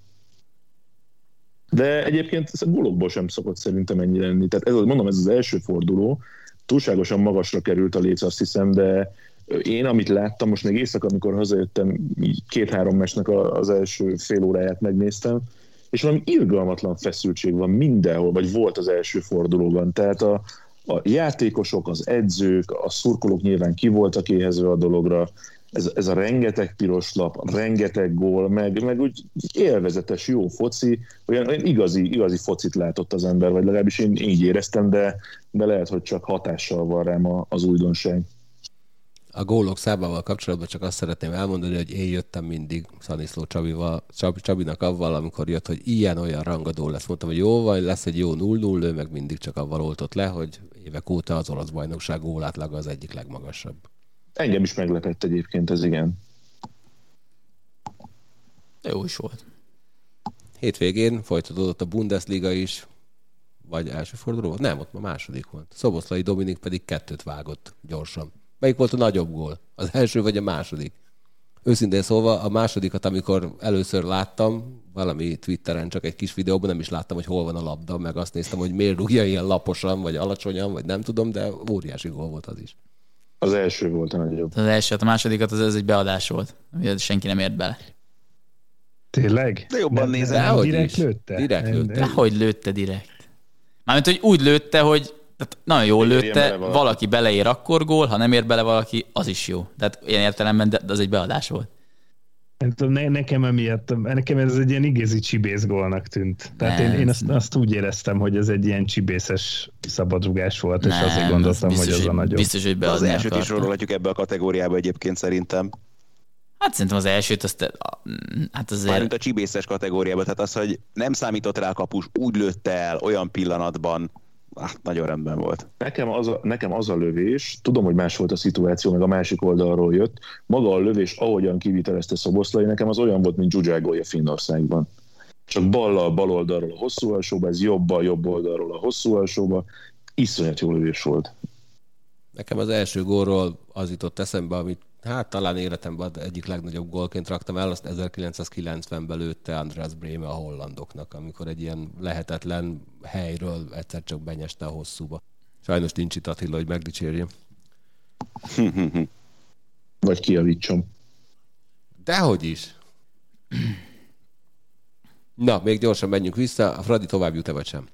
De egyébként ez a gólokból sem szokott szerintem ennyi lenni. Tehát ez, mondom, ez az első forduló, túlságosan magasra került a léc, azt hiszem, de én, amit láttam, most még éjszaka, amikor hazajöttem, két-három meccsnek az első fél óráját megnéztem, és valami irgalmatlan feszültség van mindenhol, vagy volt az első fordulóban. Tehát a, a játékosok, az edzők, a szurkolók nyilván ki voltak éhezve a dologra, ez, ez a rengeteg piros lap, rengeteg gól, meg, meg úgy élvezetes, jó foci, olyan, olyan igazi, igazi focit látott az ember, vagy legalábbis én így éreztem, de, de lehet, hogy csak hatással van rám az újdonság. A gólok számával kapcsolatban csak azt szeretném elmondani, hogy én jöttem mindig Szaniszló Csabival, Csab, Csabinak avval, amikor jött, hogy ilyen-olyan rangadó lesz. Mondtam, hogy jó van, lesz egy jó null null, ő meg mindig csak avval oltott le, hogy évek óta az olasz bajnokság gólátlaga az egyik legmagasabb. Engem is meglepett egyébként ez, igen. Jó is volt. Hétvégén folytatódott a Bundesliga is, vagy első forduló? Nem, ott ma második volt. Szoboszlai Dominik pedig kettőt vágott gyorsan. Melyik volt a nagyobb gól? Az első vagy a második? Őszintén szólva a másodikat, amikor először láttam, valami Twitteren, csak egy kis videóban, nem is láttam, hogy hol van a labda, meg azt néztem, hogy miért rúgja ilyen laposan, vagy alacsonyan, vagy nem tudom, de óriási gól volt az is. Az első volt a nagyobb. Az első, a másodikat az, az egy beadás volt, ami senki nem ért bele. Tényleg? De jobban nézem. Dehogy direkt is. lőtte? Direkt lőtte. De hogy lőtte direkt? Mármint, hogy úgy lőtte, hogy tehát nagyon jól lőtte, bele valaki. valaki beleér, akkor gól, ha nem ér bele valaki, az is jó. Tehát ilyen értelemben, de az egy beadás volt. Nem tudom, ne, nekem emiatt, nekem ez egy ilyen igazi csibész gólnak tűnt. Tehát nem, én, én azt, azt úgy éreztem, hogy ez egy ilyen csibészes szabadrugás volt, nem, és azért gondoltam, az biztos, hogy az a nagyobb. Biztos, hogy az elsőt is sorolhatjuk ebbe a kategóriába egyébként szerintem. Hát szerintem az elsőt, azt, hát azért... Mármint a csibészes kategóriába, tehát az, hogy nem számított rá a kapus, úgy lőtte el olyan pillanatban, hát nagyon rendben volt. Nekem az, a, nekem az a lövés, tudom, hogy más volt a szituáció, meg a másik oldalról jött, maga a lövés, ahogyan kivitelezte Szoboszlai, nekem az olyan volt, mint Dzsuzságolja Finnországban. Csak ballal bal oldalról a hosszú alsóba, ez jobbal jobb oldalról a hosszú alsóba, iszonyat jó lövés volt. Nekem az első gólról az jutott eszembe, amit hát talán életemben egyik legnagyobb gólként raktam el, azt ezerkilencszázkilencvenben lőtte Andreas Brehme a hollandoknak, amikor egy ilyen lehetetlen helyről egyszer csak benyeste a hosszúba. Sajnos nincs itt Attila, hogy megdicsérjem. Vagy kijavítsom. Dehogy is. Na, még gyorsan menjünk vissza. A Fradi tovább jut-e vagy sem?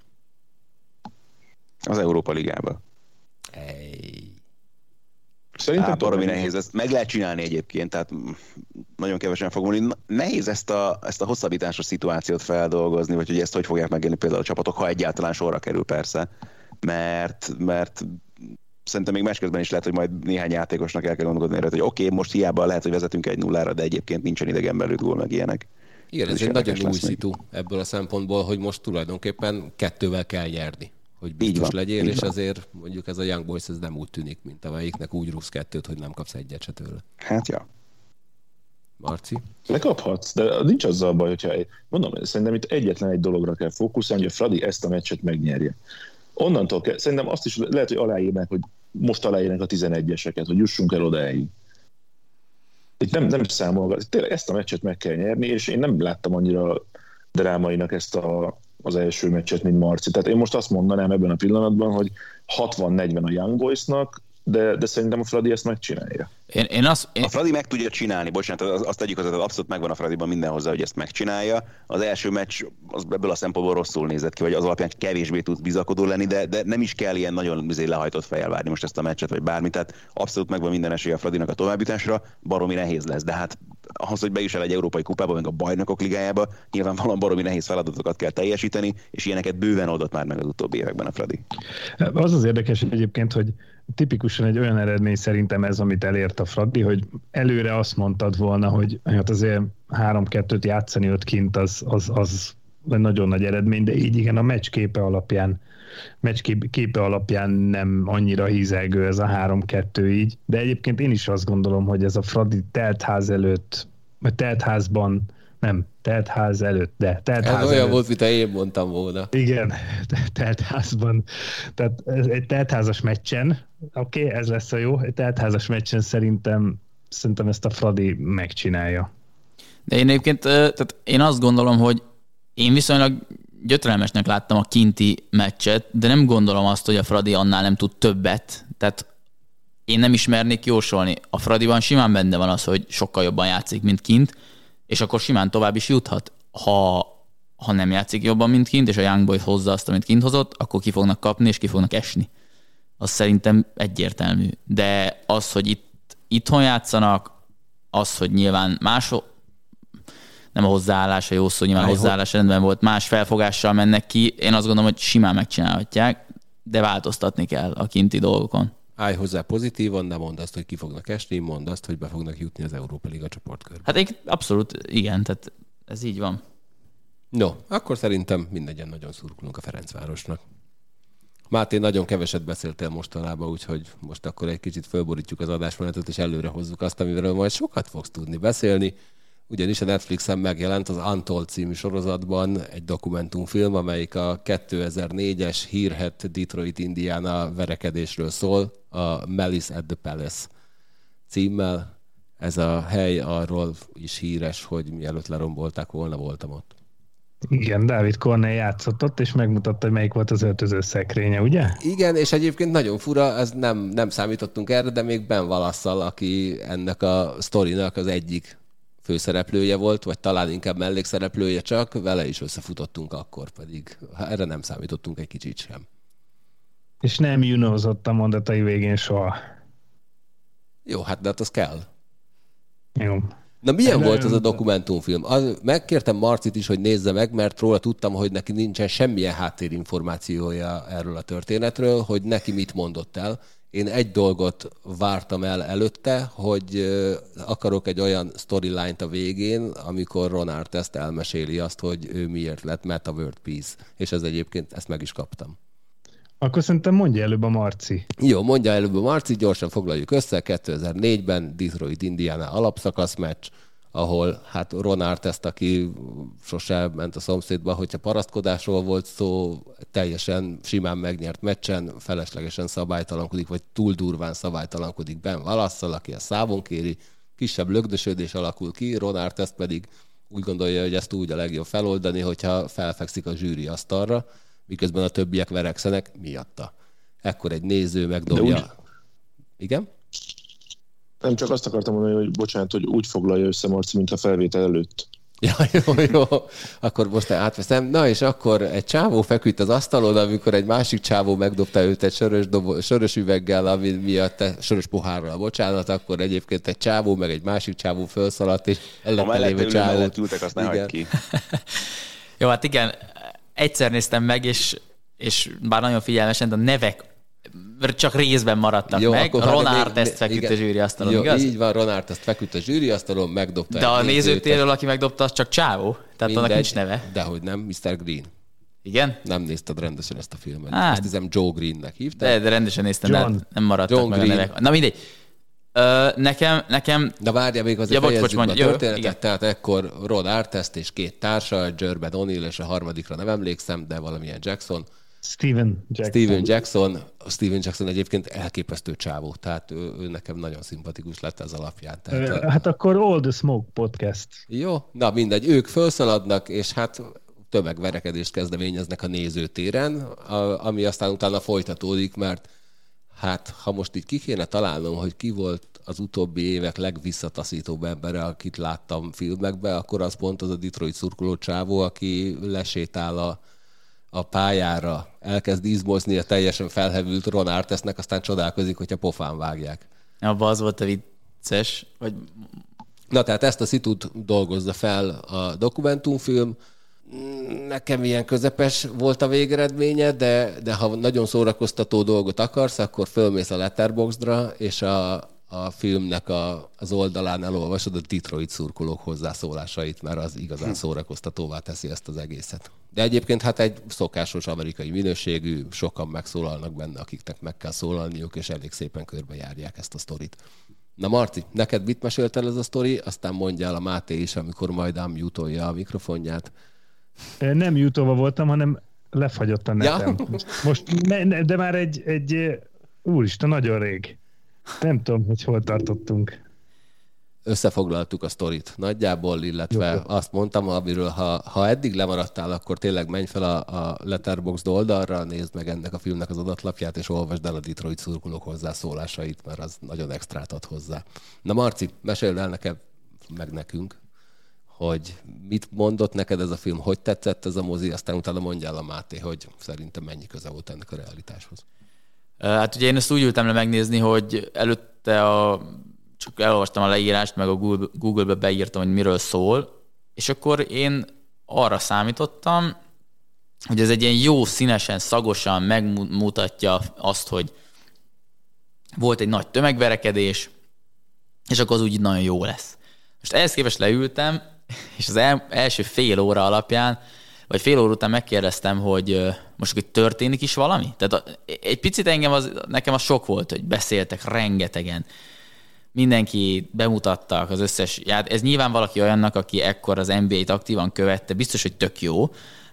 Az Európa Ligába. Ej. Szerintem hát baromi nehéz, ezt meg lehet csinálni egyébként, tehát nagyon kevesen fog múlni. Nehéz ezt a, ezt a hosszabbításos szituációt feldolgozni, vagy hogy ezt hogy fogják megélni például a csapatok, ha egyáltalán sorra kerül persze, mert, mert szerintem még meccs közben is lehet, hogy majd néhány játékosnak el kell gondolkodni, hogy oké, okay, most hiába lehet, hogy vezetünk egy nullára, de egyébként nincsen idegen belül gól meg ilyenek. Igen, ez, ez egy nagyon új szitu ebből a szempontból, hogy most tulajdonképpen kettővel kell nyerni, hogy biztos legyél, és azért mondjuk ez a Young Boys ez nem úgy tűnik, mint amelyiknek úgy rúgsz kettőt, hogy nem kapsz egyet se tőle. Hát ja. Marci? Lekaphatsz, de nincs azzal baj, hogyha mondom, szerintem itt egyetlen egy dologra kell fókuszálni, hogy a Fradi ezt a meccset megnyerje. Onnantól kell, szerintem azt is lehet, hogy aláírnák, hogy most aláírnak a tizenegyeseket, hogy jussunk el odáig. Itt nem, nem számolgat, tényleg ezt a meccset meg kell nyerni, és én nem láttam annyira drámainak ezt a, az első meccset, mint Marci. Tehát én most azt mondanám ebben a pillanatban, hogy hatvan negyven a Young Boysnak, de, de szerintem a Fradi ezt megcsinálja. Én, én azt, én... A Fradi meg tudja csinálni, bocsánat, azt tegyük hozzá, abszolút megvan a Fradiban minden hozzá, hogy ezt megcsinálja. Az első meccs az ebből a szempontból rosszul nézett ki, vagy az alapján kevésbé tud bizakodó lenni, de, de nem is kell ilyen nagyon lehajtott fejjel várni most ezt a meccset, vagy bármit. Tehát abszolút megvan minden esély a Fradinak a továbbjutásra, baromi nehéz lesz, de hát ahhoz, hogy bejuss el egy európai kupába, meg a bajnokok ligájába, nyilvánvalóan baromi nehéz feladatokat kell teljesíteni, és ilyeneket bőven oldott már meg az utóbbi években a Fradi. Az az érdekes egyébként, hogy tipikusan egy olyan eredmény szerintem ez, amit elért a Fradi, hogy előre azt mondtad volna, hogy hát azért három-kettőt játszani ott kint, az, az, az nagyon nagy eredmény, de így igen, a meccs képe alapján meccs képe alapján nem annyira hízelgő ez a három-kettő így, de egyébként én is azt gondolom, hogy ez a Fradi teltház előtt, vagy teltházban, nem, teltház előtt, de teltház ez olyan előtt. volt, mint én mondtam volna. Igen, teltházban. Tehát ez egy teltházas meccsen, oké, okay, ez lesz a jó, egy teltházas meccsen szerintem, szerintem ezt a Fradi megcsinálja. De én egyébként, tehát én azt gondolom, hogy én viszonylag gyötrelmesnek láttam a kinti meccset, de nem gondolom azt, hogy a Fradi annál nem tud többet. Tehát én nem ismernék jósolni. A Fradiban simán benne van az, hogy sokkal jobban játszik, mint kint, és akkor simán tovább is juthat. Ha, ha nem játszik jobban, mint kint, és a Young Boys hozza azt, amit kint hozott, akkor ki fognak kapni, és ki fognak esni. Az szerintem egyértelmű. De az, hogy itt, itthon játszanak, az, hogy nyilván mások, nem a hozzáállás, a jó szó, nyilván a hozzáállás rendben volt, más felfogással mennek ki, én azt gondolom, hogy simán megcsinálhatják, de változtatni kell a kinti dolgokon. Állj hozzá pozitívan, nem mondd azt, hogy ki fognak esni, mondd azt, hogy be fognak jutni az Európa Liga csoportkörbe. Hát egy, abszolút igen, tehát ez így van. No, akkor szerintem mindegyen nagyon szurkolunk a Ferencvárosnak. Máté, nagyon keveset beszéltél mostanában, úgyhogy most akkor egy kicsit fölborítjuk az adásmenetet, és előre hozzuk azt, amiről majd sokat fogsz tudni beszélni. Ugyanis a Netflixen megjelent az Untold című sorozatban egy dokumentumfilm, amelyik a kétezer-négyes hírhedt Detroit Indiana verekedésről szól, a Malice at the Palace címmel. Ez a hely arról is híres, hogy mielőtt lerombolták volna, voltam ott. Igen, Dávid Cornell játszott ott, és megmutatta, hogy melyik volt az öltöző szekrénye, ugye? Igen, és egyébként nagyon fura, ez nem, nem számítottunk erre, de még Ben Wallace-szal, aki ennek a sztorinak az egyik főszereplője volt, vagy talán inkább mellékszereplője csak, vele is összefutottunk akkor, pedig erre nem számítottunk egy kicsit sem. És nem junózott a mondatai végén soha. Jó, hát de hát az kell. Jó. Na milyen De volt az a dokumentumfilm? Az, megkértem Marcit is, hogy nézze meg, mert róla tudtam, hogy neki nincsen semmilyen háttérinformációja erről a történetről, hogy neki mit mondott el. Én egy dolgot vártam el előtte, hogy akarok egy olyan storyline-t a végén, amikor Ron Artest elmeséli azt, hogy ő miért lett Meta World Peace. És ez egyébként, ezt meg is kaptam. Akkor szerintem mondja előbb a Marci. Jó, mondja előbb a Marci, gyorsan foglaljuk össze. kétezer-négyben Detroit Indiana alapszakasz meccs, ahol hát Ron Artest, aki sose ment a szomszédba, hogyha parasztkodásról volt szó, teljesen simán megnyert meccsen, feleslegesen szabálytalankodik, vagy túl durván szabálytalankodik Ben Wallace-szal, aki a szávon kéri, kisebb lögdösödés alakul ki, Ron Artest pedig úgy gondolja, hogy ezt úgy a legjobb feloldani, hogyha felfekszik a zsűri asztalra, miközben a többiek verekszenek miatta. Ekkor egy néző megdobja. Úgy... Igen? Nem, csak azt akartam mondani, hogy bocsánat, hogy úgy foglalja össze Marci, mint a felvétel előtt. Ja, jó, jó. Akkor most átveszem. Na, és akkor egy csávó feküdt az asztalon, amikor egy másik csávó megdobta őt egy sörös, dobo- sörös üveggel, ami miatt, sörös pohárral, bocsánat, akkor egyébként egy csávó, meg egy másik csávó felszaladt, és ellette lévő csávó. Ha mellett ültek, azt ne hagyd ki. Jó, hát igen, egyszer néztem meg, és, és bár nagyon figyelmesen, de a nevek csak részben maradtak jó, meg. Ron Artest feküdt igen, a zsűriasztalon, jó, igaz? Így van, Ron Artest feküdt a zsűriasztalon, megdobta. De a nézőtérről, aki megdobta, az csak csávó? Tehát mindegy, annak nincs neve? Dehogy nem, miszter Green. Igen? Nem nézted rendesen ezt a filmet. Hát, ezt hiszem Joe Greennek hívták. De, de rendesen néztem, John. De nem maradtak John meg Green. A nevek. Na mindegy. Ö, nekem, nekem... De várjál még azért ja, fejezzük a történetet. Jó, tehát ekkor Ron Artest és két társa, Jerben O'Neill és a harmadikra nem emlékszem, de valamilyen Jackson. Steven Jackson. Steven Jackson. Steven Jackson egyébként elképesztő csávó, tehát ő, ő nekem nagyon szimpatikus lett ez alapján. Tehát, uh, hát akkor All the Smoke podcast. Jó, na mindegy, ők felszaladnak, és hát tömegverekedést kezdeményeznek a nézőtéren, a, ami aztán utána folytatódik, mert hát ha most így ki kéne találnom, hogy ki volt az utóbbi évek legvisszataszítóbb embere, akit láttam filmekben, akkor az pont az a Detroit szurkoló csávó, aki lesétál a a pályára, elkezd izmozni a teljesen felhevült Ron Artestnek, aztán csodálkozik, hogyha pofán vágják. Abban az volt a vicces, vagy Na tehát ezt a szitut dolgozza fel a dokumentumfilm. Nekem ilyen közepes volt a végeredménye, de, de ha nagyon szórakoztató dolgot akarsz, akkor fölmész a Letterboxdra, és a, a filmnek a, az oldalán elolvasod a Detroit szurkolók hozzászólásait, mert az igazán szórakoztatóvá teszi ezt az egészet. De egyébként hát egy szokásos amerikai minőségű, sokan megszólalnak benne, akiknek meg kell szólalniuk, és elég szépen körbejárják ezt a sztorit. Na Marci, neked mit mesélt ez a sztori? Aztán mondja el a Máté is, amikor majd ám jutolja a mikrofonját. Nem jutóva voltam, hanem lefagyott a netem. Ja? Most, ne, ne, de már egy, egy, úristen, nagyon rég. Nem tudom, hogy hol tartottunk. Összefoglaltuk a sztorit nagyjából, illetve Jó. azt mondtam, amiről ha, ha eddig lemaradtál, akkor tényleg menj fel a, a Letterboxd oldalra, nézd meg ennek a filmnek az adatlapját, és olvasd el a Detroit szurkolók hozzászólásait, mert az nagyon extrát ad hozzá. Na Marci, meséld el neked, meg nekünk, hogy mit mondott neked ez a film, hogy tetszett ez a mozi, aztán utána mondjál a Máté, hogy szerintem mennyi köze volt ennek a realitáshoz. Hát ugye én ezt úgy ültem le megnézni, hogy előtte a, csak elolvastam a leírást, meg a Google, Google-be beírtam, hogy miről szól, és akkor én arra számítottam, hogy ez egy ilyen jó, színesen, szagosan megmutatja azt, hogy volt egy nagy tömegverekedés, és akkor az úgy nagyon jó lesz. Most ehhez képest leültem, és az el, első fél óra alapján, vagy fél óra után megkérdeztem, hogy most hogy történik is valami? Tehát egy picit engem az, nekem az sok volt, hogy beszéltek rengetegen. Mindenki bemutattak az összes, hát ez nyilván valaki olyannak, aki ekkor az en bé á-t aktívan követte, biztos, hogy tök jó.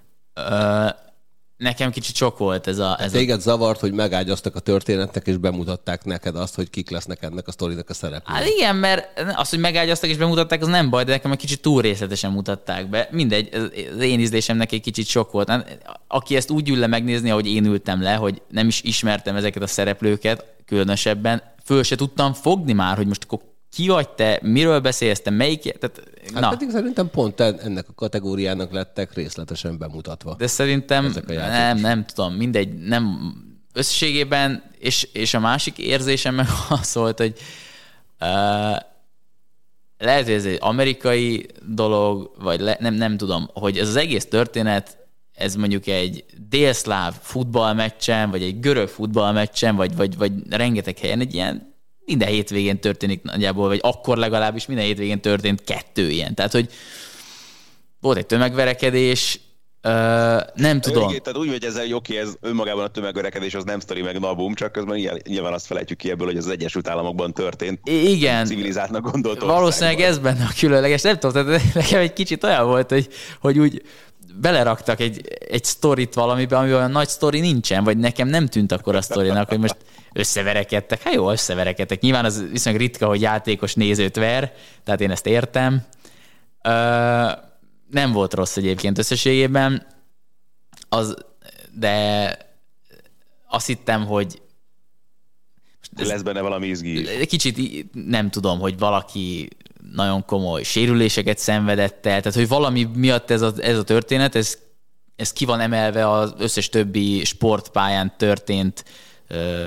Nekem kicsit sok volt ez a... Ez Téged a... zavart, hogy megágyaztak a történetnek, és bemutatták neked azt, hogy kik lesznek ennek a sztorinak a szereplői. Hát igen, mert az, hogy megágyaztak és bemutatták, az nem baj, de nekem egy kicsit túl részletesen mutatták be. Mindegy, az én ízlésemnek egy kicsit sok volt. Aki ezt úgy ül le megnézni, ahogy én ültem le, hogy nem is ismertem ezeket a szereplőket különösebben, föl se tudtam fogni már, hogy most akkor ki vagy te, miről beszélsz te, melyik... Tehát, hát na. pedig szerintem pont ennek a kategóriának lettek részletesen bemutatva. De szerintem nem, nem tudom, mindegy, nem összességében, és, és a másik érzésem meg az volt, hogy uh, lehet, hogy ez egy amerikai dolog, vagy le, nem, nem tudom, hogy ez az egész történet, ez mondjuk egy délszláv futballmeccsen, vagy egy görög futballmeccsen, vagy, vagy, vagy rengeteg helyen egy ilyen minden hétvégén történik nagyjából, vagy akkor legalábbis minden hétvégén történt kettő ilyen. Tehát, hogy volt egy tömegverekedés, uh, nem tudom. Igen, tehát úgy vagy ezzel, hogy oké, ez önmagában a tömegverekedés, az nem sztori meg nabum, csak közben nyilván azt felejtjük ki ebből, hogy az Egyesült Államokban történt. Igen. Civilizáltnak gondolt valószínűleg ez benne a különleges. Nem tudom, tehát nekem egy kicsit olyan volt, hogy, hogy úgy beleraktak egy, egy sztorit valamibe, ami olyan nagy sztori nincsen, vagy nekem nem tűnt akkor a sztorinak, hogy most összeverekedtek. Hát jó, összeverekedtek. Nyilván az viszonylag ritka, hogy játékos nézőt ver, tehát én ezt értem. Ö, nem volt rossz egyébként összességében, az, de azt hittem, hogy lesz benne valami izgi. Kicsit nem tudom, hogy valaki nagyon komoly sérüléseket szenvedett el, tehát hogy valami miatt ez a, ez a történet, ez, ez ki van emelve az összes többi sportpályán történt ö,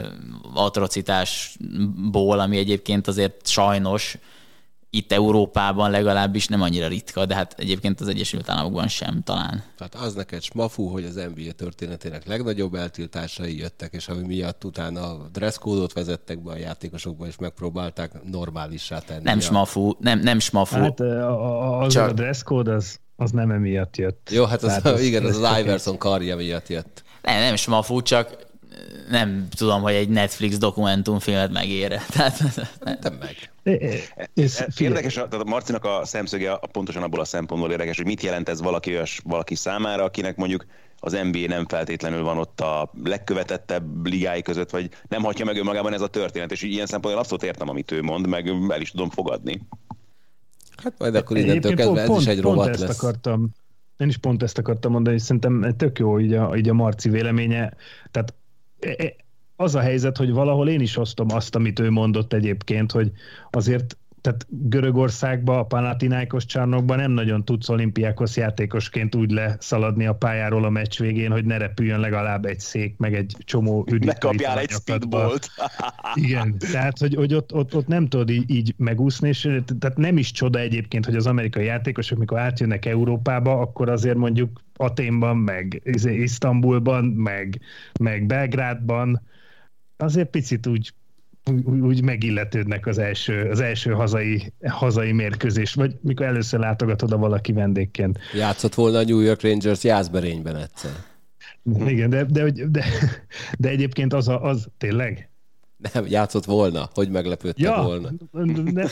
atrocitásból, ami egyébként azért sajnos itt Európában legalábbis nem annyira ritka, de hát egyébként az Egyesült Államokban sem talán. Tehát az neked smafú, hogy az en bé á történetének legnagyobb eltiltásai jöttek, és ami miatt utána a dresszkódot vezettek be a játékosokba, és megpróbálták normálissá tenni. Nem a... smafú, nem, nem smafú. Hát az Csak... a dresszkód az, az nem emiatt jött. Jó, hát az, az, igen, az az Iverson karja miatt jött. Nem, nem smafú, csak nem tudom, hogy egy Netflix dokumentumfilmet megére. Tehát, nem meg. Érdekes, tehát a Marcinak a szemszöge pontosan abból a szempontból érdekes, hogy mit jelent ez valaki, olyas, valaki számára, akinek mondjuk az en bé á nem feltétlenül van ott a legkövetettebb ligái között, vagy nem hagyja meg önmagában ez a történet, és ilyen szempontból abszolút értem, amit ő mond, meg el is tudom fogadni. Hát majd akkor innentől kezdve ez is egy rovat lesz. Ezt akartam, én is pont ezt akartam mondani, hogy szerintem tök jó így a, így a Marci véleménye. Tehát az a helyzet, hogy valahol én is osztom azt, amit ő mondott egyébként, hogy azért tehát Görögországban, a Panathinaikos csarnokban nem nagyon tudsz olimpiákos játékosként úgy leszaladni a pályáról a meccs végén, hogy ne repüljön legalább egy szék, meg egy csomó üdítőit. Ne kapjál egy speedbolt. Igen, tehát hogy, hogy ott, ott, ott nem tudod így, így megúszni, és tehát nem is csoda egyébként, hogy az amerikai játékosok, mikor átjönnek Európába, akkor azért mondjuk Aténban, meg Isztambulban, meg, meg Belgrádban azért picit úgy Úgy, úgy megilletődnek az első, az első hazai, hazai mérkőzés, vagy mikor először látogatod a valaki vendégként. Játszott volna a New York Rangers Jászberényben egyszer. Igen, de, de, de, de egyébként az, a, az tényleg? Nem, játszott volna, hogy meglepődtek ja, volna. Ne, nem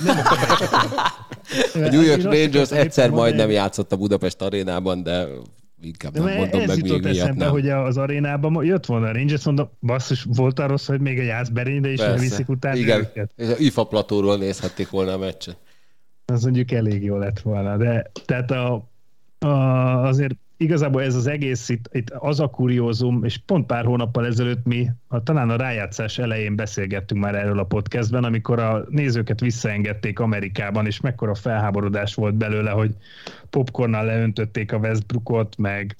a New York Rangers egyszer majdnem játszott a Budapest arénában, de inkább nem de mondom ez meg jutott még miatt eszembe, nem. hogy az arénában jött volna a Rangers, mondom, basszus, volt arról szó, hogy még a Jászberénybe is elviszik utána igen. őket. És a IFA platóról nézhették volna a meccset. Az mondjuk elég jó lett volna, de tehát a, a, azért igazából ez az egész, itt, itt az a kuriózum, és pont pár hónappal ezelőtt mi, a, talán a rájátszás elején beszélgettünk már erről a podcastben, amikor a nézőket visszaengedték Amerikában, és mekkora felháborodás volt belőle, hogy popcornnal leöntötték a Westbrookot, meg,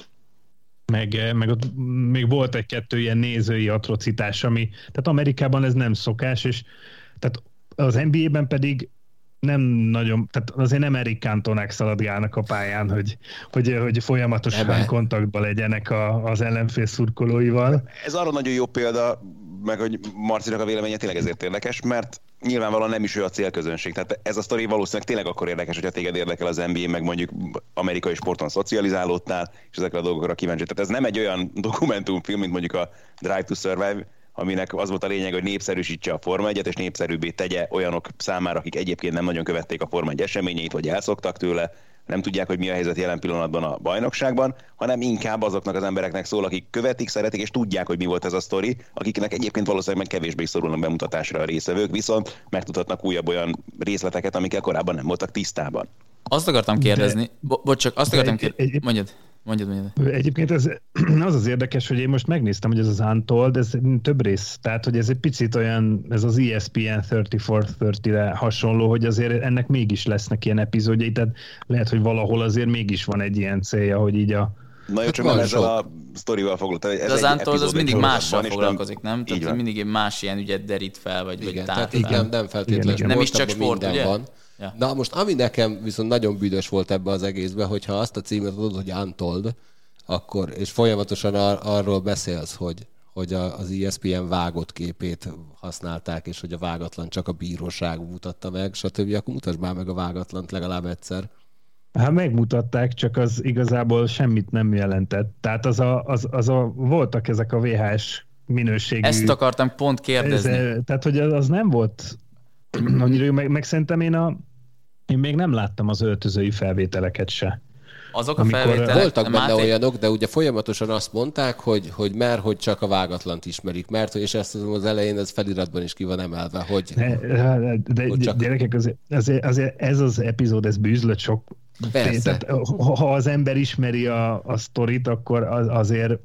meg, meg ott még volt egy-kettő ilyen nézői atrocitás, ami, tehát Amerikában ez nem szokás, és tehát az en bé á-ben pedig nem nagyon, tehát azért nem Eric Cantonák szaladgálnak a pályán, hogy, hogy, hogy folyamatosan Ebe. kontaktban legyenek a, az ellenfél szurkolóival. Ez arra nagyon jó példa, meg hogy Marcinak a véleménye tényleg ezért érdekes, mert nyilvánvalóan nem is ő a célközönség. Tehát ez a sztori valószínűleg tényleg akkor érdekes, hogyha téged érdekel az en bé á, meg mondjuk amerikai sporton szocializálódtál, és ezekre a dolgokra kíváncsi. Tehát ez nem egy olyan dokumentumfilm, mint mondjuk a Drive to Survive, aminek az volt a lényeg, hogy népszerűsítse a Forma egyet, és népszerűbbé tegye olyanok számára, akik egyébként nem nagyon követték a Forma egy eseményeit, vagy elszoktak tőle, nem tudják, hogy mi a helyzet jelen pillanatban a bajnokságban, hanem inkább azoknak az embereknek szól, akik követik, szeretik, és tudják, hogy mi volt ez a sztori, akiknek egyébként valószínűleg meg kevésbé szorulnak bemutatásra a részevők, viszont megtudhatnak újabb olyan részleteket, amikkel korábban nem voltak tisztában. Azt akartam kérdezni, Bo- bocs, csak azt akartam kérdezni, mondjad. Mondjad, mondjad. Egyébként ez, az az érdekes, hogy én most megnéztem, hogy ez az Untold, ez több rész, tehát hogy ez egy picit olyan, ez az E S P N harmincnégy harmincre hasonló, hogy azért ennek mégis lesznek ilyen epizódjai, tehát lehet, hogy valahol azért mégis van egy ilyen célja, hogy így a... Na jó, csak nem ezzel a sztorival foglalkozott. De az Untold az mindig mással foglalkozik, nem? nem? Tehát mindig más ilyen ügyet derít fel, vagy, igen, vagy tár tehát fel. igen, nem feltétlenül. Igen, nem is csak sport, ugye? Van. Ja. Na most, ami nekem viszont nagyon büdös volt ebbe az egészben, hogyha azt a címet adod, hogy Untold, akkor, és folyamatosan ar- arról beszélsz, hogy, hogy a, az E S P N vágott képét használták, és hogy a vágatlan csak a bíróság mutatta meg, stb. Akkor mutasd már meg a vágatlant legalább egyszer. Hát megmutatták, csak az igazából semmit nem jelentett. Tehát az a, az, az a, voltak ezek a vé há es minőségű... Ezt akartam pont kérdezni. Ez, tehát, hogy az, az nem volt annyira jó, meg, meg szerintem én, a, én még nem láttam az öltözői felvételeket se. Azok a felvételek... Voltak benne Máté... olyanok, de ugye folyamatosan azt mondták, hogy, hogy mert hogy csak a vágatlant ismerik, mert és ezt az elején ez feliratban is ki van emelve, hogy... De, de, de csak... gyerekek, azért, azért, azért ez az epizód, ez bűzlött sok... Persze. Tehát, ha az ember ismeri a, a sztorit, akkor az, azért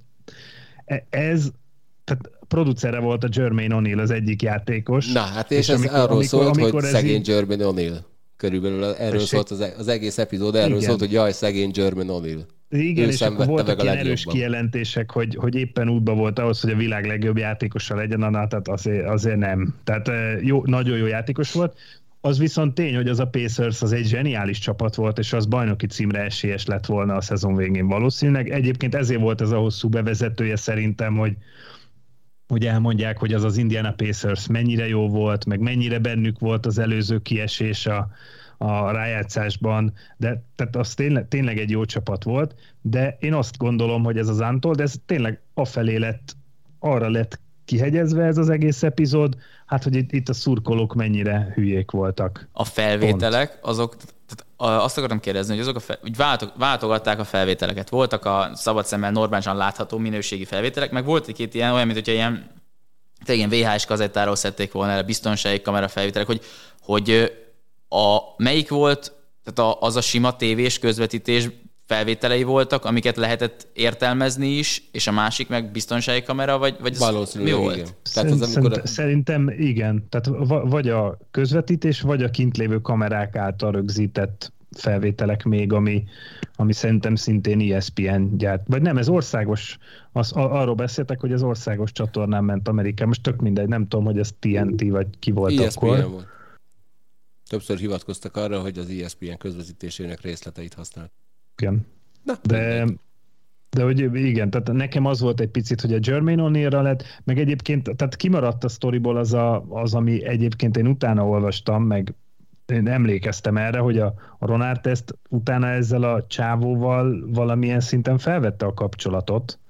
ez... Tehát producere volt a Jermaine O'Neal, az egyik játékos. Na, hát és, és ez amikor, arról amikor, szólt, amikor hogy szegény így... Jermaine O'Neal. Körülbelül erről szólt az, az egész epizód, erről igen. szólt, hogy jaj, szegény Jermaine O'Neal. Igen, ő és akkor voltak ilyen erős kijelentések, hogy, hogy éppen útban volt ahhoz, hogy a világ legjobb játékosa legyen, annál, tehát azért, azért nem. Tehát jó, nagyon jó játékos volt. Az viszont tény, hogy az a Pacers az egy zseniális csapat volt, és az bajnoki címre esélyes lett volna a szezon végén valószínűleg. Egyébként ezért volt ez a hosszú bevezetője szerintem, hogy hogy elmondják, hogy az az Indiana Pacers mennyire jó volt, meg mennyire bennük volt az előző kiesés a, a rájátszásban, de tehát az tényleg, tényleg egy jó csapat volt, de én azt gondolom, hogy ez az Untold, ez tényleg afelé lett, arra lett kihegyezve ez az egész epizód, hát hogy itt, itt a szurkolók mennyire hülyék voltak. A felvételek, Pont. azok, tehát azt akartam kérdezni, hogy azok a fel, úgy váltog, váltogatták a felvételeket. Voltak a szabad szemmel normálisan látható minőségi felvételek, meg volt egy-két ilyen, olyan, mint hogyha ilyen, ilyen vé há es kazettáról szedték volna el a biztonsági kamera felvételek, hogy, hogy a, melyik volt, tehát a, az a sima tévés közvetítés felvételei voltak, amiket lehetett értelmezni is, és a másik meg biztonsági kamera, vagy, vagy valószínűleg mi igen. volt? Tehát az, amikor a... Szerintem igen. Tehát vagy a közvetítés, vagy a kint lévő kamerák által rögzített felvételek még, ami, ami szerintem szintén E S P N gyárt. Vagy nem, ez országos, az, arról beszéltek, hogy ez országos csatornán ment Amerikában. Most tök mindegy, nem tudom, hogy ez T N T vagy ki volt E S P N akkor. Volt. Többször hivatkoztak arra, hogy az E S P N közvetítésének részleteit használt. Igen. Na, de, de hogy igen, tehát nekem az volt egy picit, hogy a Jermaine O'Neillra lett, meg egyébként, tehát kimaradt a sztoriból az, a, az, ami egyébként én utána olvastam, meg én emlékeztem erre, hogy a, a Ron Artest utána ezzel a csávóval valamilyen szinten felvette a kapcsolatot,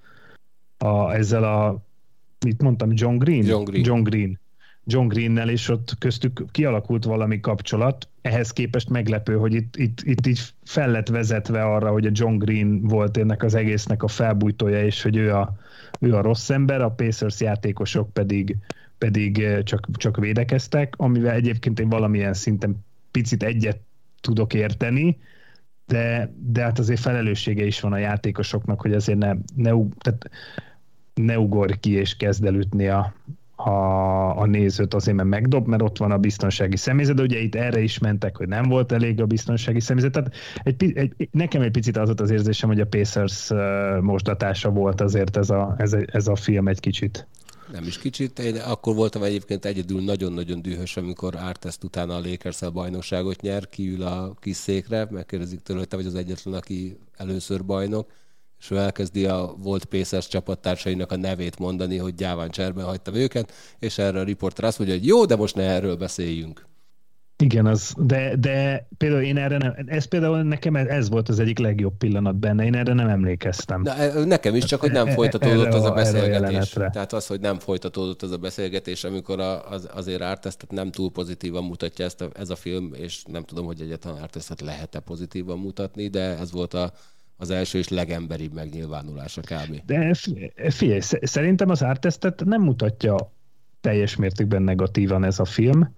a, ezzel a, mit mondtam, John Green? John Green. John Green. John Greennel, és ott köztük kialakult valami kapcsolat. Ehhez képest meglepő, hogy itt, itt, itt így fel lett vezetve arra, hogy a John Green volt ennek az egésznek a felbújtója, és hogy ő a, ő a rossz ember, a Pacers játékosok pedig, pedig csak, csak védekeztek, amivel egyébként én valamilyen szinten picit egyet tudok érteni, de, de hát azért felelőssége is van a játékosoknak, hogy azért ne, ne, tehát ne ugorj ki és kezd el ütni a A, a nézőt azért, mert megdob, mert ott van a biztonsági személyzet, de ugye itt erre is mentek, hogy nem volt elég a biztonsági személyzet. Tehát egy, egy, nekem egy picit az volt az érzésem, hogy a Pacers mosdatása volt azért ez a, ez, a, ez a film egy kicsit. Nem is kicsit. Én akkor voltam egyébként egyedül nagyon-nagyon dühös, amikor Artest utána a Lakers-el bajnokságot nyer, kiül a kis székre, megkérdezik tőle, hogy te vagy az egyetlen, aki először bajnok, és ő elkezdi a volt Pacers csapattársainak a nevét mondani, hogy gyáván cserben hagytam őket, és erre a riporter azt mondja, hogy jó, de most ne erről beszéljünk. Igen, az, de, de például én erre nem, ez például nekem ez volt az egyik legjobb pillanat benne, én erre nem emlékeztem. Na, nekem is, csak hogy nem folytatódott erre az a a, beszélgetés. A Tehát az, hogy nem folytatódott az a beszélgetés, amikor a, az, azért Artestet nem túl pozitívan mutatja ezt a, ez a film, és nem tudom, hogy egyáltalán Artestet lehet-e pozitívan mutatni, de ez volt a az első és legemberibb megnyilvánulása kb. De figyelj, szerintem az Artestet nem mutatja teljes mértékben negatívan ez a film.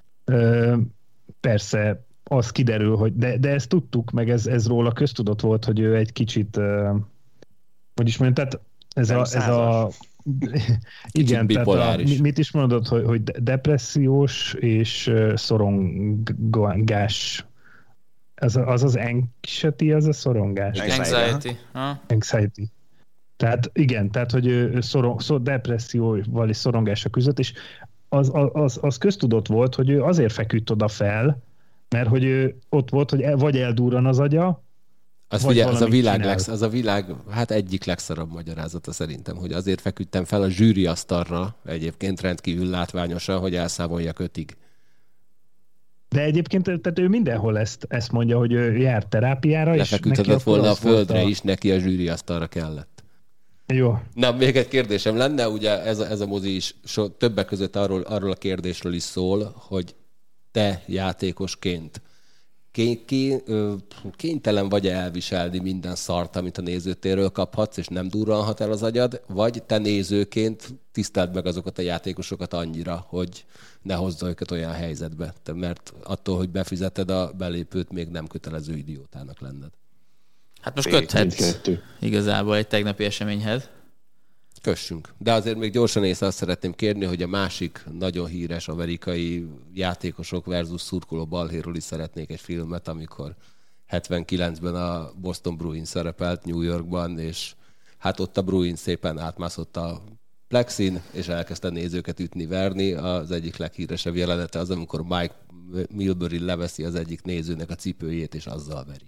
Persze az kiderül, hogy de, de ezt tudtuk, meg ez, ez róla köztudott volt, hogy ő egy kicsit, hogy is mondjam, tehát ez a, ez a igen, tehát a, mit is mondod, hogy, hogy depressziós és szorongás. Az az, az anxiety, az a szorongás. Anxiety. Anxiety. Tehát igen, tehát hogy ő szorong, szor, depresszióval és szorongása között, és az, az, az köztudott volt, hogy ő azért feküdt oda fel, mert hogy ő ott volt, hogy vagy eldurran az agya, az, ugye, az, a világ legsz, az a világ hát egyik legszarabb magyarázata szerintem, hogy azért feküdtem fel a zsűriasztalra, egyébként rendkívül látványosan, hogy elszámoljak ötig. De egyébként tehát ő mindenhol ezt, ezt mondja, hogy ő jár terápiára, és lefeküdhetett volna a földre a... is, neki a zsűriasztalra kellett. Jó. Na, még egy kérdésem lenne, ugye ez a, ez a mozi is so, többek között arról, arról a kérdésről is szól, hogy te játékosként ké, ké, kénytelen vagy elviselni minden szart, amit a nézőtérről kaphatsz, és nem durranhat el az agyad, vagy te nézőként tiszteld meg azokat a játékosokat annyira, hogy ne hozza őket olyan helyzetbe, mert attól, hogy befizeted a belépőt, még nem kötelező idiótának lenned. Hát most köthetsz igazából egy tegnapi eseményhez. Kössünk. De azért még gyorsan észre azt szeretném kérni, hogy a másik nagyon híres amerikai játékosok versus szurkoló balhéról is szeretnék egy filmet, amikor hetvenkilencben a Boston Bruins szerepelt New Yorkban, és hát ott a Bruins szépen átmászott a plexin, és elkezdte nézőket ütni, verni. Az egyik leghíresebb jelenete az, amikor Mike Milbury leveszi az egyik nézőnek a cipőjét, és azzal veri.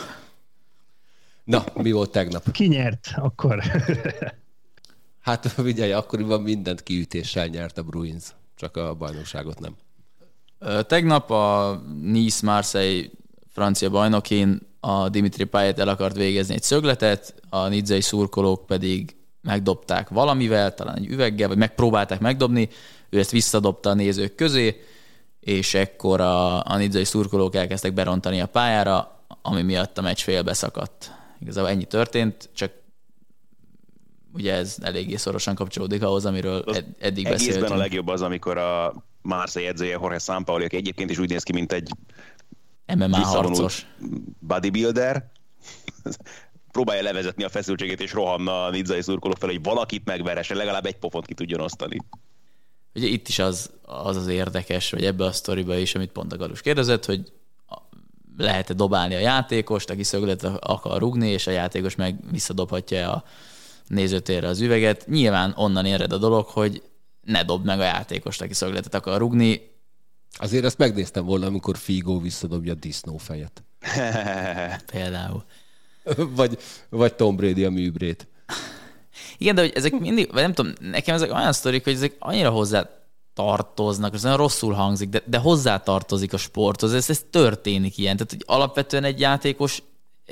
Na, mi volt tegnap? Ki nyert akkor? Hát figyelj, akkoriban mindent kiütéssel nyert a Bruins, csak a bajnokságot nem. Tegnap a Nice-Marseille francia bajnokin a Dimitri Payet el akart végezni egy szögletet, a nizzai szurkolók pedig megdobták valamivel, talán egy üveggel, vagy megpróbálták megdobni, ő ezt visszadobta a nézők közé, és ekkor a, a nizzai szurkolók elkezdtek berontani a pályára, ami miatt a meccs félbe szakadt. Igazából ennyi történt, csak ugye ez eléggé szorosan kapcsolódik ahhoz, amiről ed- eddig beszéltünk. Egészben a legjobb az, amikor a Marseille edzője Jorge Sampaoli, aki egyébként is úgy néz ki, mint egy em em á harcos bodybuilder, próbálja levezetni a feszültségét, és rohanna a nizzai szurkolók fel, hogy valakit megveresse, legalább egy pofont ki tudjon osztani. Ugye itt is az az, az érdekes, vagy ebbe a sztoriba is, amit pont a Galus kérdezett, hogy lehet-e dobálni a játékost, aki szögletet akar rugni, és a játékos meg visszadobhatja a nézőtérre az üveget. Nyilván onnan éred a dolog, hogy ne dobd meg a játékost, aki szögletet akar rugni. Azért ezt megnéztem volna, amikor Figo visszadobja a disznófejet. Például. vagy, vagy Tom Brady a műbrét. Igen, de hogy ezek mindig, vagy nem tudom, nekem ezek olyan sztorik, hogy ezek annyira hozzá tartoznak, ez nagyon rosszul hangzik, de, de hozzá tartozik a sporthoz, ez, ez történik ilyen. Tehát, hogy alapvetően egy játékos,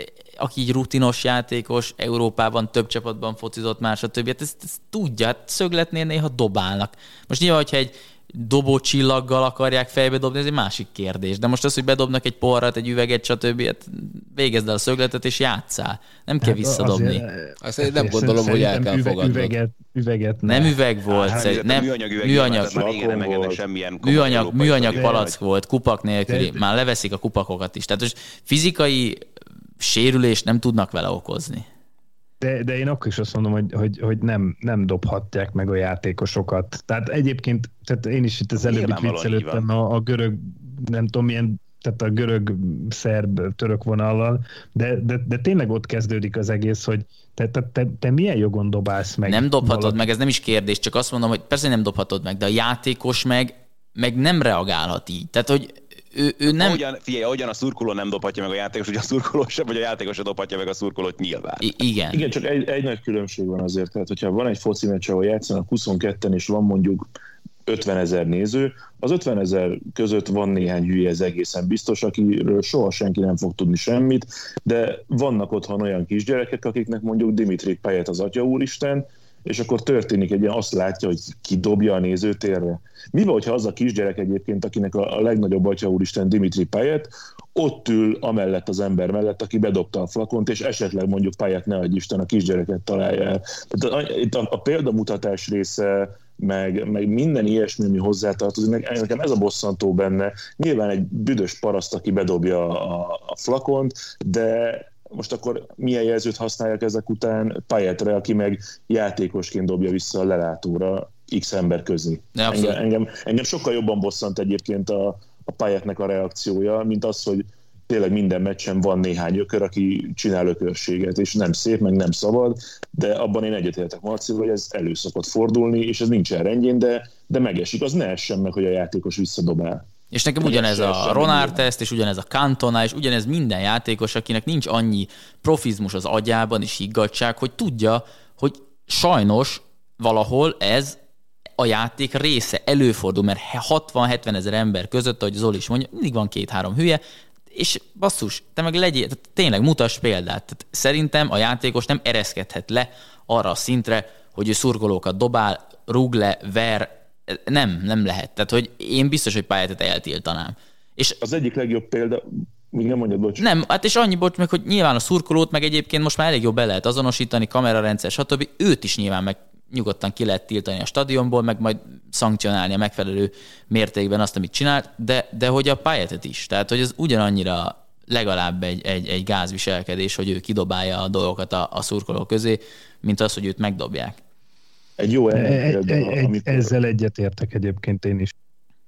aki így rutinos játékos, Európában több csapatban focizott már, stb. Hát ezt, ezt tudja, hát szögletnél néha dobálnak. Most nyilván, hogyha egy dobócsillaggal akarják fejbe dobni, ez egy másik kérdés. De most az, hogy bedobnak egy porrat, egy üveget, stb. Hát végezd el a szögletet és játsszál. Nem kell visszadobni. Azt én nem gondolom, hogy el kell üveg, fogadnod. Üveget, üveget nem. nem üveg volt. Hát, nem, műanyag üveg, műanyag, már régen nem engednek semmilyen műanyag, műanyag palack vagy. volt, kupak nélküli. De- Már leveszik a kupakokat is. Tehát most fizikai sérülést nem tudnak vele okozni. De, de én akkor is azt mondom, hogy, hogy, hogy nem, nem dobhatják meg a játékosokat. Tehát egyébként, tehát én is itt az előbb itt Nyilvánvalóan így viccelődtem a, a görög, nem tudom milyen, tehát a görög, szerb, török vonallal, de, de, de tényleg ott kezdődik az egész, hogy te, te, te, te milyen jogon dobálsz meg? Nem dobhatod valaki? meg, ez nem is kérdés, csak azt mondom, hogy persze nem dobhatod meg, de a játékos meg, meg nem reagálhat így. Tehát, hogy ő, ő nem... Ahogyan, figyelj, ahogyan a szurkoló nem dobhatja meg a játékos, hogy a szurkoló sem, vagy a játékos sem dobhatja meg a szurkolót nyilván. I- igen. Igen, csak egy, egy nagy különbség van azért, tehát hogyha van egy foci meccs, ahol játszanak huszonketten, és van mondjuk ötvenezer néző, az ötvenezer között van néhány hülye, ez egészen biztos, akiről soha senki nem fog tudni semmit, de vannak otthon olyan kisgyerekek, akiknek mondjuk Dimitri Payet az Atya Úristen, és akkor történik egy ilyen, azt látja, hogy ki dobja a nézőtérre. Mi van, hogyha az a kisgyerek egyébként, akinek a, a legnagyobb Atya Úristen Dimitri Payet, ott ül amellett az ember mellett, aki bedobta a flakont, és esetleg mondjuk Payet, ne adj Isten, a kisgyereket találja el. Tehát a, itt a, a példamutatás része, meg, meg minden ilyesmi, ami hozzátartozik, meg nekem ez a bosszantó benne. Nyilván egy büdös paraszt, aki bedobja a, a flakont, de most akkor milyen jelzőt használják ezek után Payetre, aki meg játékosként dobja vissza a lelátóra X ember közé. Engem, engem, engem sokkal jobban bosszant egyébként a, a Payetnek a reakciója, mint az, hogy tényleg minden meccsen van néhány ökör, aki csinál ökörséget, és nem szép, meg nem szabad, de abban én egyetértek Marcival, hogy ez elő szokott fordulni, és ez nincsen rendjén, de, de megesik. Az ne essen meg, hogy a játékos visszadobál. És nekem ugyanez a Ron Artest, és ugyanez a Cantona, és ugyanez minden játékos, akinek nincs annyi profizmus az agyában és higgadtság, hogy tudja, hogy sajnos valahol ez a játék része, előfordul, mert hatvan-hetven ezer ember között, ahogy Zoli is mondja, mindig van két-három hülye, és basszus, te meg legyél, tehát tényleg mutass példát. Tehát szerintem a játékos nem ereszkedhet le arra a szintre, hogy ő szurkolókat dobál, rúg le, ver, nem, nem lehet. Tehát, hogy én biztos, hogy Payetet eltiltanám. És az egyik legjobb példa, még nem mondjad, bocs. Nem, hát és annyi bocs meg, hogy nyilván a szurkolót meg egyébként most már elég jobb be lehet azonosítani, kamerarendszer, stb. Őt is nyilván meg nyugodtan ki lehet tiltani a stadionból, meg majd szankcionálni a megfelelő mértékben azt, amit csinál, de, de hogy a Payetet is. Tehát, hogy ez ugyanannyira legalább egy, egy, egy gázviselkedés, hogy ő kidobálja a dolgokat a, a szurkolók közé, mint az, hogy őt megdobják. Egy jó ellenpélda, egy, egy, amikor... Ezzel egyetértek egyébként én is.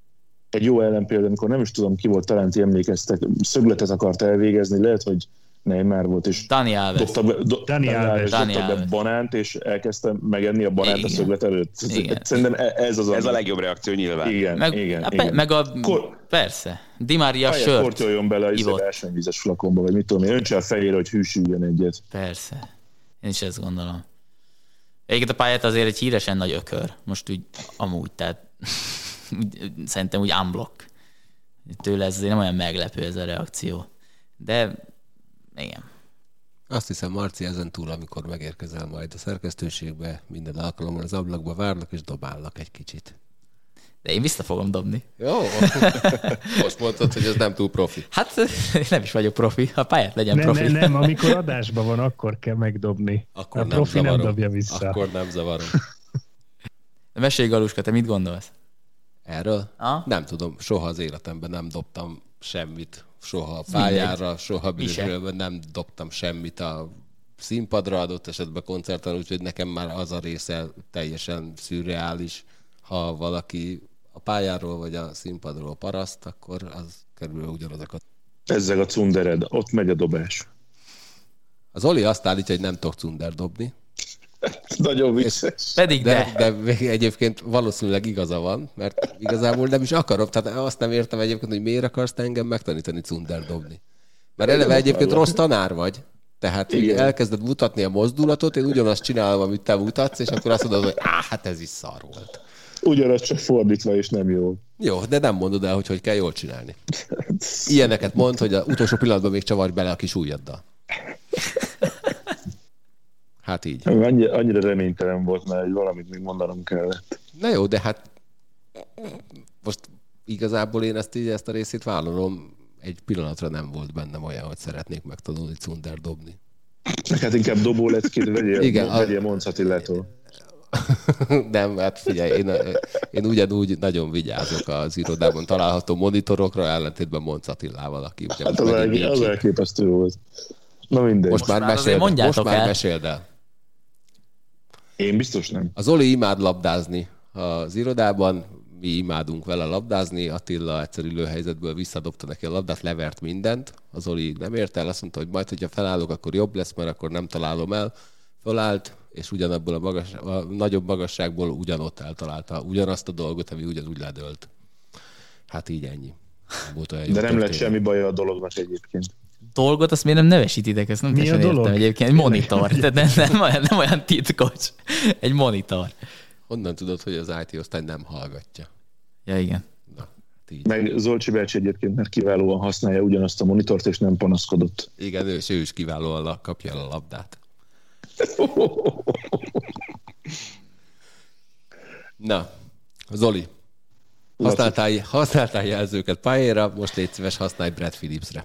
Egy jó ellenpélda, amikor nem is tudom, ki volt, talán ti emlékeztek, szögletet akart elvégezni, lehet, hogy Neymar volt, és Dani Alves. Dobtak be, do, Dani Alves. Dani Alves. Be banánt, és elkezdte megenni a banánt igen. a szöglet előtt. Igen. Szerintem ez az Ez a legjobb reakció nyilván. Igen, meg, igen, a, igen. Meg a... Kor... Persze. Di Maria sört. Kortyoljon bele a versenyvízes flakonba, vagy mit tudom én, öntse a fejére, hogy hűsüljön egyet. Persze. Én is ezt gondolom. Egyébként a Payet azért egy híresen nagy ökör. Most úgy amúgy, tehát szerintem úgy unblock. Tőle ez nem olyan meglepő ez a reakció. De igen. Azt hiszem, Marci, ezen túl, amikor megérkezel majd a szerkesztőségbe, minden alkalommal az ablakba várnak és dobálnak egy kicsit. De én vissza fogom dobni. Jó. Most mondtad, hogy ez nem túl profi. Hát nem is vagyok profi. A Payet legyen ne, profi. Ne, nem, amikor adásban van, akkor kell megdobni. Akkor a nem profi zavarom. nem dobja vissza. Akkor nem zavarom. Mesélj, Galuska, te mit gondolsz? Erről? Ha? Nem tudom, soha az életemben nem dobtam semmit soha a pályára, soha bizonyos nem dobtam semmit a színpadra, adott esetben koncerten, úgyhogy nekem már az a része teljesen szürreális. Ha valaki a pályáról vagy a színpadról paraszt, akkor az kerül ugyanazokat. Ezzel a cundered, ott megy a dobás. Az Oli azt állítja, hogy nem tudok cunder dobni. Nagyon vicces. Pedig de. de. De egyébként valószínűleg igaza van, mert igazából nem is akarok. Tehát azt nem értem egyébként, hogy miért akarsz te engem megtanítani cunder dobni. Mert eleve egyébként rossz tanár vagy. Tehát elkezded mutatni a mozdulatot, én ugyanazt csinálom, amit te mutatsz, és akkor azt mondod, hogy áh, hát ez is szar volt. Ugyanaz, csak fordítva, és nem jó. Jó, de nem mondod el, hogy hogy kell jól csinálni. Ilyeneket mond, hogy az utolsó pillanatban még csavarj bele a kis ujjaddal. Hát így. Annyira, annyira reménytelen volt, mert valamit még mondanom kellett. Na jó, de hát most igazából én ezt így, ezt a részét vállalom, egy pillanatra nem volt bennem olyan, hogy szeretnék megtanulni cunder dobni. Hát inkább dobó leckét vegyél, igen, vegyél Monc Attilától. Nem, hát figyelj, én, én ugyanúgy nagyon vigyázok az irodában található monitorokra, ellentétben Monc Attilával, aki ugye hát az, el, az elképesztő volt. Na mindegy. Most, most már, már meséld, most már meséld el. Én biztos nem. Az Oli imád labdázni az irodában, mi imádunk vele labdázni, Attila egyszerű lőhelyzetből visszadobta neki a labdát, levert mindent, az Oli nem ért el, azt mondta, hogy majd, hogyha felállok, akkor jobb lesz, mert akkor nem találom el. Fölállt, és ugyanabból a, magas, a nagyobb magasságból ugyanott eltalálta ugyanazt a dolgot, ami ugyanúgy ledölt. Hát így ennyi. Volt olyan jó de nem történet. lett semmi baja a dolognak egyébként. Dolgot, azt miért nem nevesítitek? Ezt nem teljesen értem egyébként. Egy monitor. Tehát nem, nem, olyan, nem olyan titkos. Egy monitor. Honnan tudod, hogy az í té osztály nem hallgatja? Ja, igen. Na, meg Zolcsi bácsi egyébként, mert kiválóan használja ugyanazt a monitort, és nem panaszkodott. Igen, ő, és ő is kiválóan kapja el a labdát. Na, Zoli, használtál, használtál jelzőket pályára, most légy szíves, használj Brad Phillipsre.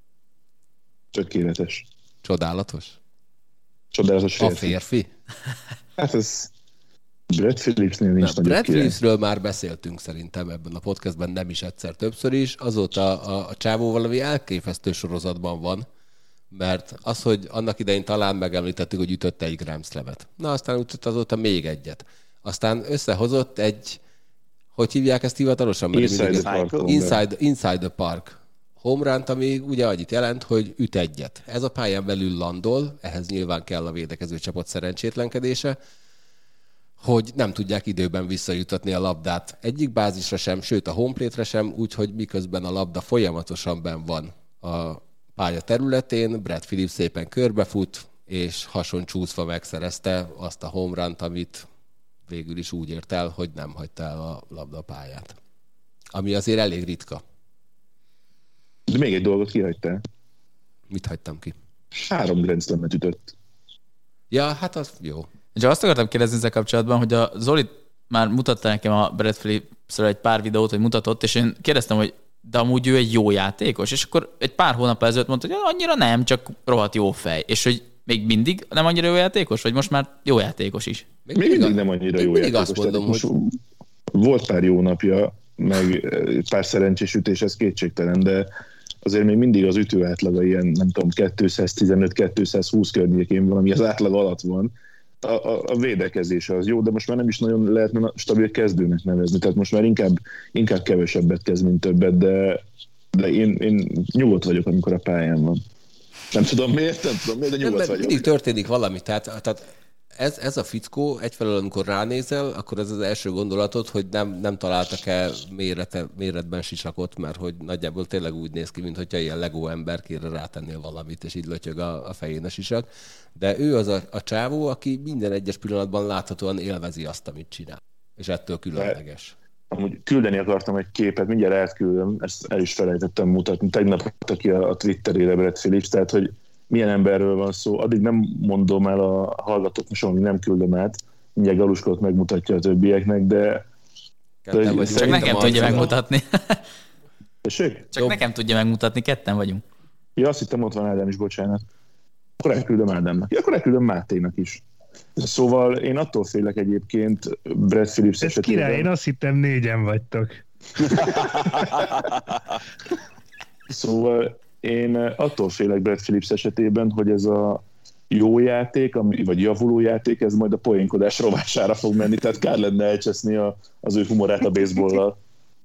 Tökéletes. Csodálatos? Csodálatos férfi. A férfi? Hát ez Brad Phillipsnél nincs Na, Brad Phillipsről már beszéltünk szerintem ebben a podcastben, nem is egyszer, többször is. Azóta a, a csávó valami elképesztő sorozatban van, mert az, hogy annak idején talán megemlítettük, hogy ütött egy Grand Slamet. Na, aztán ütött azóta még egyet. Aztán összehozott egy, hogy hívják ezt hivatalosan? Inside, the park, inside, inside the Park home runt, ami ugye annyit jelent, hogy üt egyet. Ez a pályán belül landol, ehhez nyilván kell a védekező csapat szerencsétlenkedése, hogy nem tudják időben visszajutatni a labdát egyik bázisra sem, sőt a homeplate-re sem, úgyhogy miközben a labda folyamatosan benn van a pálya területén, Brad Phillips szépen körbefut, és hason csúszva megszerezte azt a home runt, amit végül is úgy ért el, hogy nem hagyta el a labda a pályát. Ami azért elég ritka. De még egy dolgot kihagytál. Mit hagytam ki? Három Grand Slamet ütött. Ja, hát az jó. Csak azt akartam kérdezni ezzel kapcsolatban, hogy a Zoli már mutatta nekem a Brad Phillipsről egy pár videót, hogy mutatott, és én kérdeztem, hogy de amúgy ő egy jó játékos, és akkor egy pár hónap ezelőtt mondta, hogy annyira nem, csak rohadt jó fej. És hogy még mindig nem annyira jó játékos, vagy most már jó játékos is? Még, még mindig nem annyira jó játékos. Azt mondom, hogy... Volt pár jó napja, meg pár szerencsés ütés, ez kétségtelen, de azért még mindig az ütő átlaga ilyen, nem tudom, kétszáztizenöt kétszázhúsz környékén van, ami az átlag alatt van. A, a, a védekezése az jó, de most már nem is nagyon lehetne stabil kezdőnek nevezni, tehát most már inkább, inkább kevesebbet kezd, mint többet, de, de én, én nyugodt vagyok, amikor a pályán van. Nem tudom miért, nem tudom miért, de nyugodt vagyok. Mindig történik valami, tehát, tehát ez, ez a fickó, egyfelől amikor ránézel, akkor ez az első gondolatod, hogy nem, nem találtak el mérete, méretben sisakot, mert hogy nagyjából tényleg úgy néz ki, mint hogyha ilyen Lego emberkére rátennél valamit, és így lötyög a, a fején a sisak. De ő az a, a csávó, aki minden egyes pillanatban láthatóan élvezi azt, amit csinál. És ettől különleges. De, amúgy küldeni akartam egy képet, mindjárt átküldöm, ezt el is felejtettem mutatni. Tegnap adta ki a, a Twitterére Brad Phillips, tehát hogy milyen emberről van szó. Addig nem mondom el a hallgatóknak, amíg nem küldöm át. Mindjárt Galuskót megmutatja a többieknek, de... de vagy csak nekem tudja megmutatni. Tessék? Csak Jobb. nekem tudja megmutatni, ketten vagyunk. Ja, azt hittem, ott van Ádám is, bocsánat. Akkor elküldöm Ádámnak. Ja, akkor elküldöm Máténak is. Szóval én attól félek egyébként Brad Phillips esetében. Király, én azt hittem négyen vagytok. Szóval én attól félek Brad Phillips esetében, hogy ez a jó játék, vagy javuló játék, ez majd a poénkodás rovására fog menni, tehát kár lenne elcseszni a, az ő humorát a baseballlal.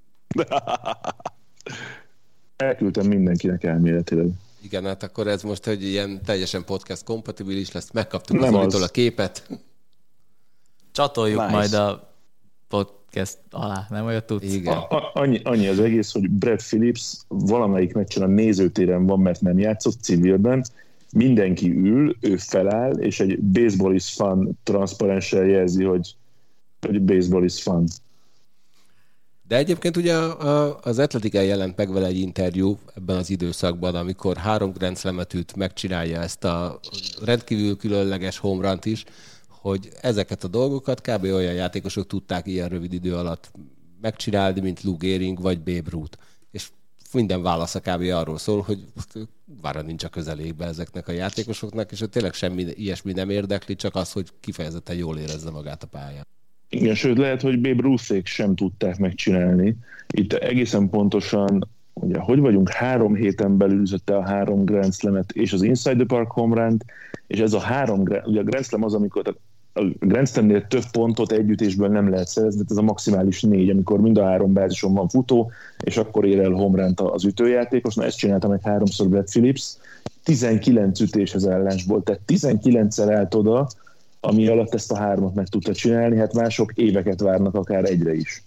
Elküldtem mindenkinek elméletileg. Igen, hát akkor ez most, hogy ilyen teljesen podcast kompatibilis lesz, megkaptuk Nem az Olitól az. a képet. Csatoljuk Nice. majd a podcast alá, nem olyat tudsz? Igen. A, a, annyi, annyi az egész, hogy Brad Phillips valamelyik meccsen a nézőtéren van, mert nem játszott civilben, mindenki ül, ő feláll, és egy baseball is fun transzparenssel jelzi, hogy, hogy baseball is fun. De egyébként ugye a, az Athleticen jelent meg vele egy interjú ebben az időszakban, amikor három Grand Slamet üt, megcsinálja ezt a rendkívül különleges home runt is, hogy ezeket a dolgokat kb. Olyan játékosok tudták ilyen rövid idő alatt megcsinálni, mint Lou Gehrig vagy Babe Ruth. És minden válasza kb. Arról szól, hogy vára nincs a közelébe ezeknek a játékosoknak, és hogy tényleg semmi ilyesmi nem érdekli, csak az, hogy kifejezetten jól érezze magát a pályán. Igen, sőt lehet, hogy Babe Ruthék sem tudták megcsinálni. Itt egészen pontosan, ugye, hogy vagyunk, három héten belül üzötte a három Grand Slamet és az Inside the Park home runt, és ez a három, ugye a Grand Slam az, amikor a Grand Slamnél több pontot együttésből nem lehet szerezni, ez a maximális négy, amikor mind a három bázison van futó, és akkor ér el home runt az ütőjátékos. Na ezt csinálta meg háromszor Brad Phillips, tizenkilenc ütés az ellensból, tehát tizenkilencszer állt oda, ami alatt ezt a hármat meg tudta csinálni, hát mások éveket várnak akár egyre is.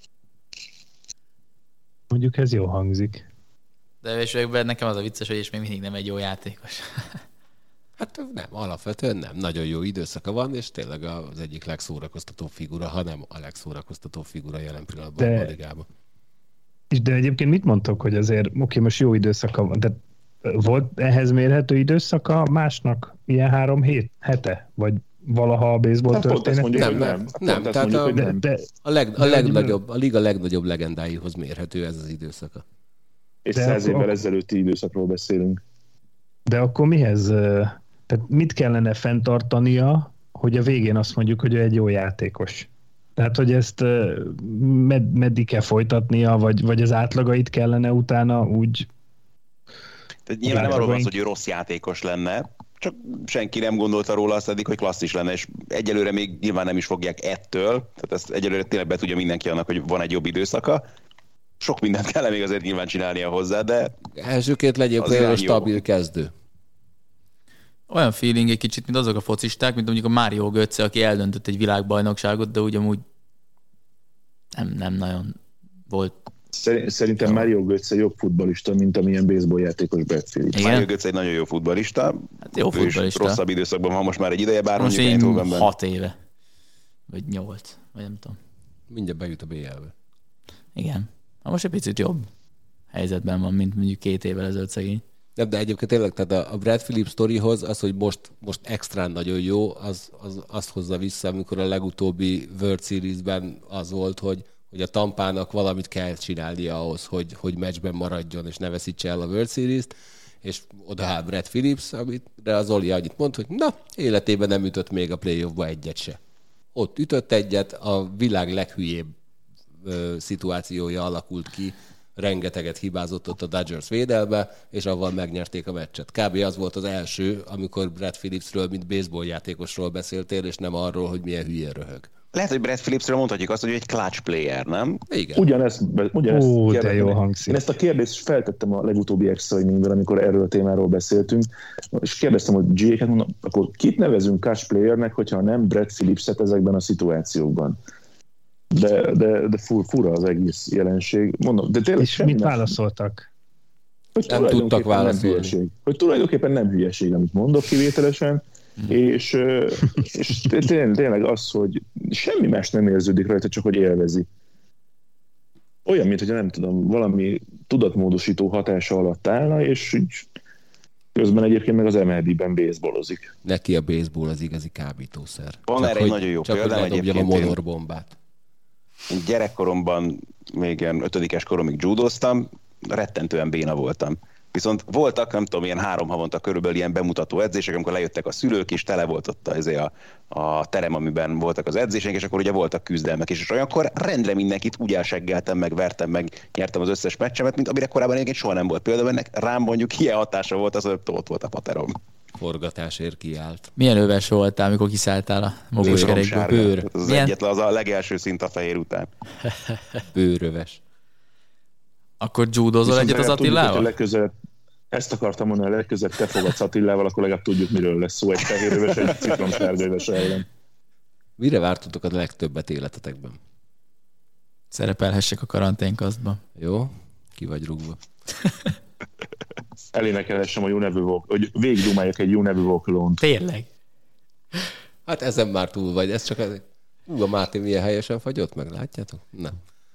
Mondjuk ez jó hangzik. De és nekem az a vicces, hogy és még mindig nem egy jó játékos. Hát nem, alapvetően nem. Nagyon jó időszaka van, és tényleg az egyik legszórakoztatóbb figura, ha nem a legszórakoztatóbb figura jelen pillanatban De- a ligában. És de egyébként mit mondtok, hogy azért, oké, most jó időszaka van, de volt ehhez mérhető időszaka másnak ilyen három hét, hete? Vagy valaha a baseball Hát pont ezt mondjuk, történetében? hogy Nem, nem. nem, Pont ezt tehát mondjuk, a- hogy De, nem. de, A, leg, a, De legnagyobb, a liga legnagyobb legendáihoz mérhető ez az időszaka. És de száz akkor- évvel ezelőtti időszakról beszélünk. de akkor mihez, ö, tehát mit kellene fenntartania, hogy a végén azt mondjuk, hogy ő egy jó játékos? Tehát, hogy ezt ö, med, meddig kell folytatnia, vagy, vagy az átlagait kellene utána úgy... Tehát nyilván nem arról van szó, Válogaink. hogy ő rossz játékos lenne, csak senki nem gondolta róla azt eddig, hogy klasszis lenne, és egyelőre még nyilván nem is fogják ettől, tehát ezt egyelőre tényleg be tudja mindenki annak, hogy van egy jobb időszaka. Sok mindent kell még azért nyilván csinálnia hozzá, de Elsőként legyen Az például irány jó. stabil kezdő. Olyan feeling egy kicsit, mint azok a focisták, mint mondjuk a Mário Götze, aki eldöntött egy világbajnokságot, de úgy amúgy nem, nem nagyon volt. Szer- Szerintem Mario Götze jobb futballista, mint amilyen baseball játékos Brad Phillips. Igen? Mario Götze egy nagyon jó futballista. Hát jó Ő is futballista. rosszabb időszakban van most már egy ideje, bár Most mondjuk így Eindhovenben. hat éve. Vagy nyolc, vagy nem tudom. Mindjárt bejut a bé el-be. Igen. Ha most egy picit jobb helyzetben van, mint mondjuk két évvel ezelőtt szegény. Nem, de egyébként tényleg, tehát a Brad Phillips sztorihoz az, hogy most, most extrán nagyon jó, az, az azt hozza vissza, amikor a legutóbbi World Series-ben az volt, hogy, hogy a Tampának valamit kell csinálnia ahhoz, hogy, hogy meccsben maradjon, és ne veszítse el a World Series-t, és odaáll Brad Phillips, amire az Oli annyit mond, hogy na, életében nem ütött még a playoffba egyet se. Ott ütött egyet, a világ leghülyébb ö, szituációja alakult ki, rengeteget hibázott ott a Dodgers védelme, és avval megnyerték a meccset. Kb. Az volt az első, amikor Brad Phillipsről, mint baseball játékosról beszéltél, és nem arról, hogy milyen hülye röhög. Lehet, hogy Brad Phillipsről mondhatjuk azt, hogy ő egy clutch player, nem? Igen. Ugyanezt, ugyanezt Ó, de kérdeztem. jó hangzik. Én ezt a kérdést feltettem a legutóbbi extra inningben, amikor erről a témáról beszéltünk, és kérdeztem, hogy G-ket mondom, akkor kit nevezünk clutch playernek, hogyha nem Brad Phillipset ezekben a szituációkban? De, de, de fur, fura az egész jelenség. Mondom, de tényleg És semmi mit nem- válaszoltak? Hogy Nem tudtak tulajdonképpen nem válaszolni. hülyeség. Hogy tulajdonképpen nem hülyeség, amit mondok kivételesen, és, ö, és tényleg, tényleg az, hogy semmi más nem érződik rajta, csak hogy élvezi. Olyan, mint hogy nem tudom, valami tudatmódosító hatása alatt állna, és így közben egyébként meg az em el bé-ben baseballozik. Neki a baseball az igazi kábítószer. Van Csak erre egy hogy- nagyon jó csak példám hogy ledobjam a egyébként én. modorbombát. Én gyerekkoromban, még ilyen ötödikes koromig judóztam, rettentően béna voltam. Viszont voltak, nem tudom, ilyen három havonta körülbelül ilyen bemutató edzések, amikor lejöttek a szülők is, tele volt ott a, a terem, amiben voltak az edzések, és akkor ugye voltak küzdelmek is. És olyankor rendre mindenkit úgy elseggeltem, meg vertem, meg nyertem az összes meccsemet, mint amire korábban egyébként soha nem volt. Például ennek rám mondjuk ilyen hatása volt az, hogy ott volt a paterom. Forgatásért kiállt. Milyen öves voltál, amikor kiszálltál a mogóskerékből? Bőr. Az Milyen? egyetlen, az a legelső szint a fehér után. Bőröves. Akkor judozol egyet az Attilával? Legközelebb, ezt akartam mondani, hogy legközelebb te fogadsz Attilával, akkor legalább tudjuk, miről lesz szó. Egy fehéröves, egy citromsárgőves ellen. Mire vártatok a legtöbbet életetekben? Szerepelhessek a karanténkasztban. Jó? Ki vagy rúgva? Elénekelhessem a jó nevű vok, hogy végigdumáljak egy jó nevű vokalont. Tényleg? Hát ezen már túl vagy. Ez csak az... Ú, a Máté milyen helyesen fagyott meg, látjátok? Nem.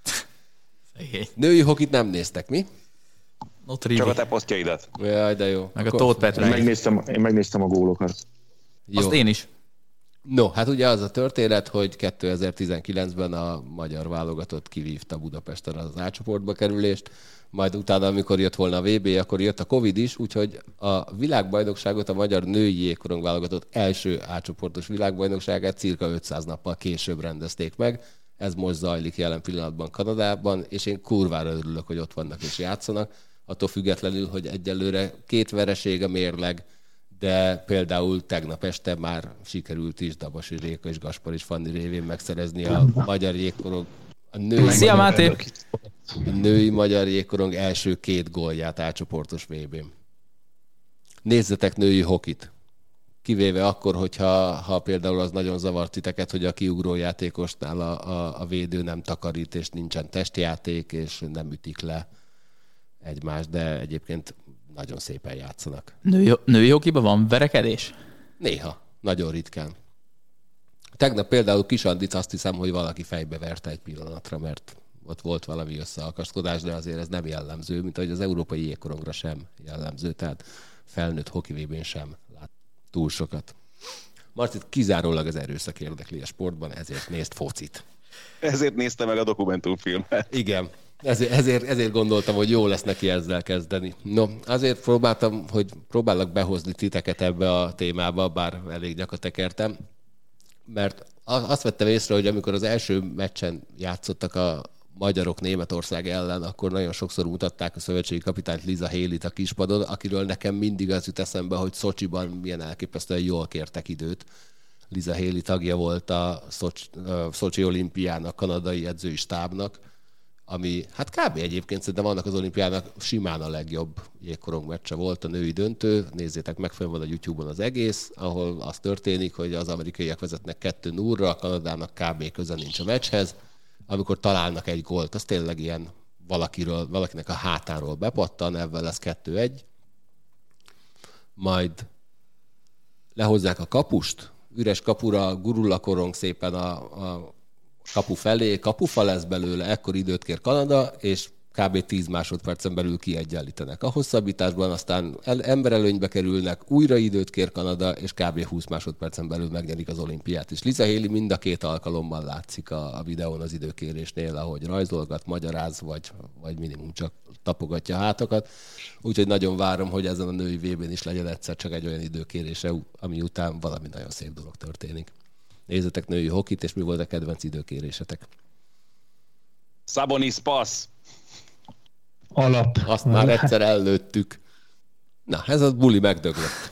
Női hokit nem néztek, mi? Csak a te posztjaidat. Jaj, de jó. Meg a Tóth Én Petre. megnéztem, én megnéztem a gólokat. Jó. Azt én is. No, hát ugye az a történet, hogy kétezer-tizenkilencben a magyar válogatott kivívta Budapesten az A-csoportba kerülést, majd utána, amikor jött volna a vé bé, akkor jött a Covid is, úgyhogy a világbajnokságot, a magyar női jégkorong válogatott első A-csoportos világbajnokságát cirka ötszáz nappal később rendezték meg. Ez most zajlik jelen pillanatban Kanadában, és én kurvára örülök, hogy ott vannak és játszanak, attól függetlenül, hogy egyelőre két vereség a mérleg, de például tegnap este már sikerült is Dabas Réka és Gaspar és Fanni révén megszerezni a magyar jégkorong, a női, Szia, magyar, Máté! a női magyar jégkorong első két gólját A-csoportos vé bén. Nézzetek női hokit! Kivéve akkor, hogyha ha például az nagyon zavart titeket, hogy a kiugró játékosnál a, a, a védő nem takarít, és nincsen testjáték, és nem ütik le egymást, de egyébként nagyon szépen játszanak. Női, női hokiban van verekedés? Néha, nagyon ritkán. Tegnap például Kis Andit azt hiszem, hogy valaki fejbe verte egy pillanatra, mert ott volt valami összeakaszkodás, de azért ez nem jellemző, mint ahogy az európai jégkorongra sem jellemző, tehát felnőtt hoki vé bén sem lát túl sokat. Marcit kizárólag az erőszak érdekli a sportban, ezért nézd focit. Ezért nézte meg a dokumentumfilmet. Igen, ezért, ezért, ezért gondoltam, hogy jó lesz neki ezzel kezdeni. No, azért próbáltam, hogy próbálok behozni titeket ebbe a témába, bár elég gyakat tekertem, mert azt vettem észre, hogy amikor az első meccsen játszottak a magyarok Németország ellen, akkor nagyon sokszor mutatták a szövetségi kapitányt, Lisa Haley-t a kispadon, akiről nekem mindig az jut eszembe, hogy Szocsiban milyen elképesztően jól kértek időt. Lisa Haley tagja volt a Szocsi olimpiának, kanadai edzői stábnak, ami hát kb. Egyébként szerintem annak az olimpiának simán a legjobb jégkorong meccse volt, a női döntő. Nézzétek meg, fenn van a YouTube-on az egész, ahol az történik, hogy az amerikaiak vezetnek kettő nullra, a Kanadának kb. Köze nincs a meccshez. Amikor találnak egy gólt, az tényleg ilyen valakiről, valakinek a hátáról bepattan, ebben lesz kettő egy. Majd lehozzák a kapust, üres kapura gurul a korong szépen a, a kapu felé, kapufa lesz belőle, ekkor időt kér Kanada, és kb. tíz másodpercen belül kiegyenlítenek. A hosszabbításban aztán emberelőnybe kerülnek, újra időt kér Kanada, és kb. húsz másodpercen belül megnyerik az olimpiát. És Lisa Haley mind a két alkalommal látszik a, a videón az időkérésnél, ahogy rajzolgat, magyaráz, vagy, vagy minimum csak tapogatja a hátakat. Úgyhogy nagyon várom, hogy ezen a női vé bén is legyen egyszer csak egy olyan időkérése, ami után valami nagyon szép dolog történik. Nézzetek női hokit, és mi volt a kedvenc időkérésetek? Szabonis passz! Alap. Azt már egyszer ellőttük. Na, ez a buli megdöglött.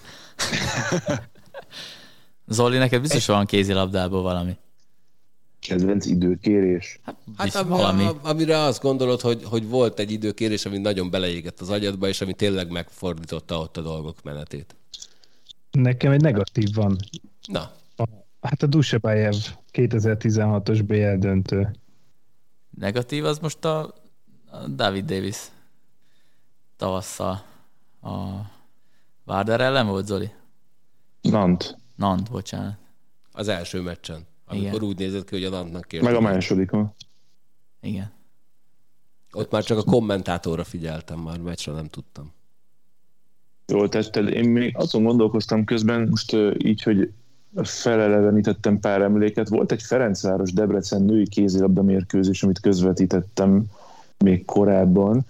Zoli, neked biztos van kézilabdából valami. Kedvenc időkérés. Hát ami, valami. Amire azt gondolod, hogy, hogy volt egy időkérés, ami nagyon beleégett az agyadba, és ami tényleg megfordította ott a dolgok menetét. Nekem egy negatív van. Na. Hát a Dusebájev kétezer-tizenhatos bé el döntő. Negatív az most a, a David Davis tavasszal. A Vardar ellen volt, Zoli? Nant. Nant, bocsánat. Az első meccsen. Amikor igen. Úgy nézett ki, hogy a Nantnak kért. Meg a másodikon. Igen. Ott már csak a kommentátorra figyeltem, már meccsre nem tudtam. Jól tetted. Én még azon gondolkoztam közben, most uh, így, hogy felelevenítettem pár emléket. Volt egy Ferencváros Debrecen női kézilabda mérkőzés, amit közvetítettem még korábban,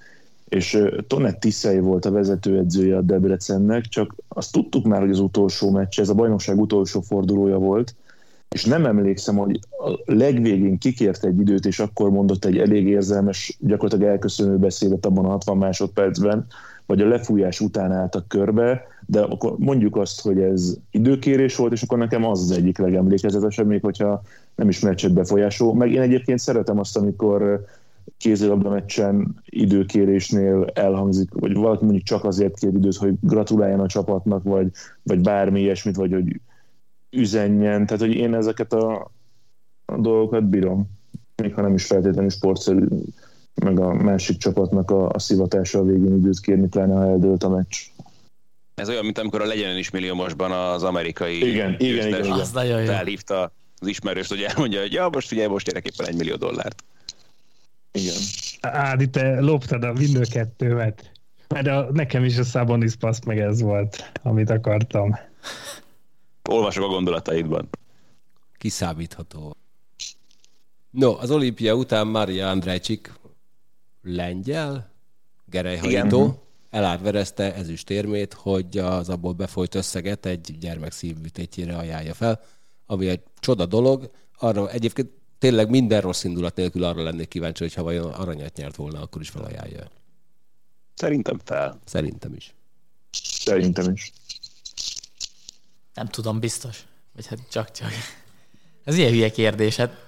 és Tonett Tiszei volt a vezetőedzője a Debrecennek, csak azt tudtuk már, hogy az utolsó meccs, ez a bajnokság utolsó fordulója volt, és nem emlékszem, hogy a legvégén kikért egy időt, és akkor mondott egy elég érzelmes, gyakorlatilag elköszönő beszédet abban a hatvan másodpercben, vagy a lefújás után álltak körbe, de akkor mondjuk azt, hogy ez időkérés volt, és akkor nekem az az egyik legemlékezetesebb, még hogyha nem is meccset befolyásol. Meg én egyébként szeretem azt, amikor kézilabda meccsen időkérésnél elhangzik, vagy valaki mondjuk csak azért kér időt, hogy gratuláljon a csapatnak, vagy, vagy bármi ilyesmit, vagy hogy üzenjen. Tehát, hogy én ezeket a, a dolgokat bírom. Még ha nem is feltétlenül sportszerű, meg a másik csapatnak a, a szivatása a végén időt kérni, pláne ha eldőlt a meccs. Ez olyan, mint amikor a Legyen is milliómosban az amerikai igen, igen, igen, igen. Az nagyon jó. Felhívta az ismerőst, hogy elmondja, hogy ja, most figyelj, most érek éppen egy millió dollárt. Igen. Ádi, te loptad a mind a kettőmet. Mert a, nekem is a Szabonis passz meg ez volt, amit akartam. Olvasok a gondolataidban. Kiszámítható. No, az olimpia után Mária Andrejcsik lengyel gerelyhajító elárverezte ezüstérmét, hogy az abból befolyt összeget egy gyermek szívműtétjére ajánlja fel, ami egy csoda dolog. Arra egyébként tényleg minden rossz indulat nélkül arra lennék kíváncsi, hogy ha vajon aranyat nyert volna, akkor is felajánlja. Szerintem fel. Szerintem is. Szerintem is. Nem tudom, biztos. Vagy hát csak-csak. Ez ilyen hülye kérdés, hát...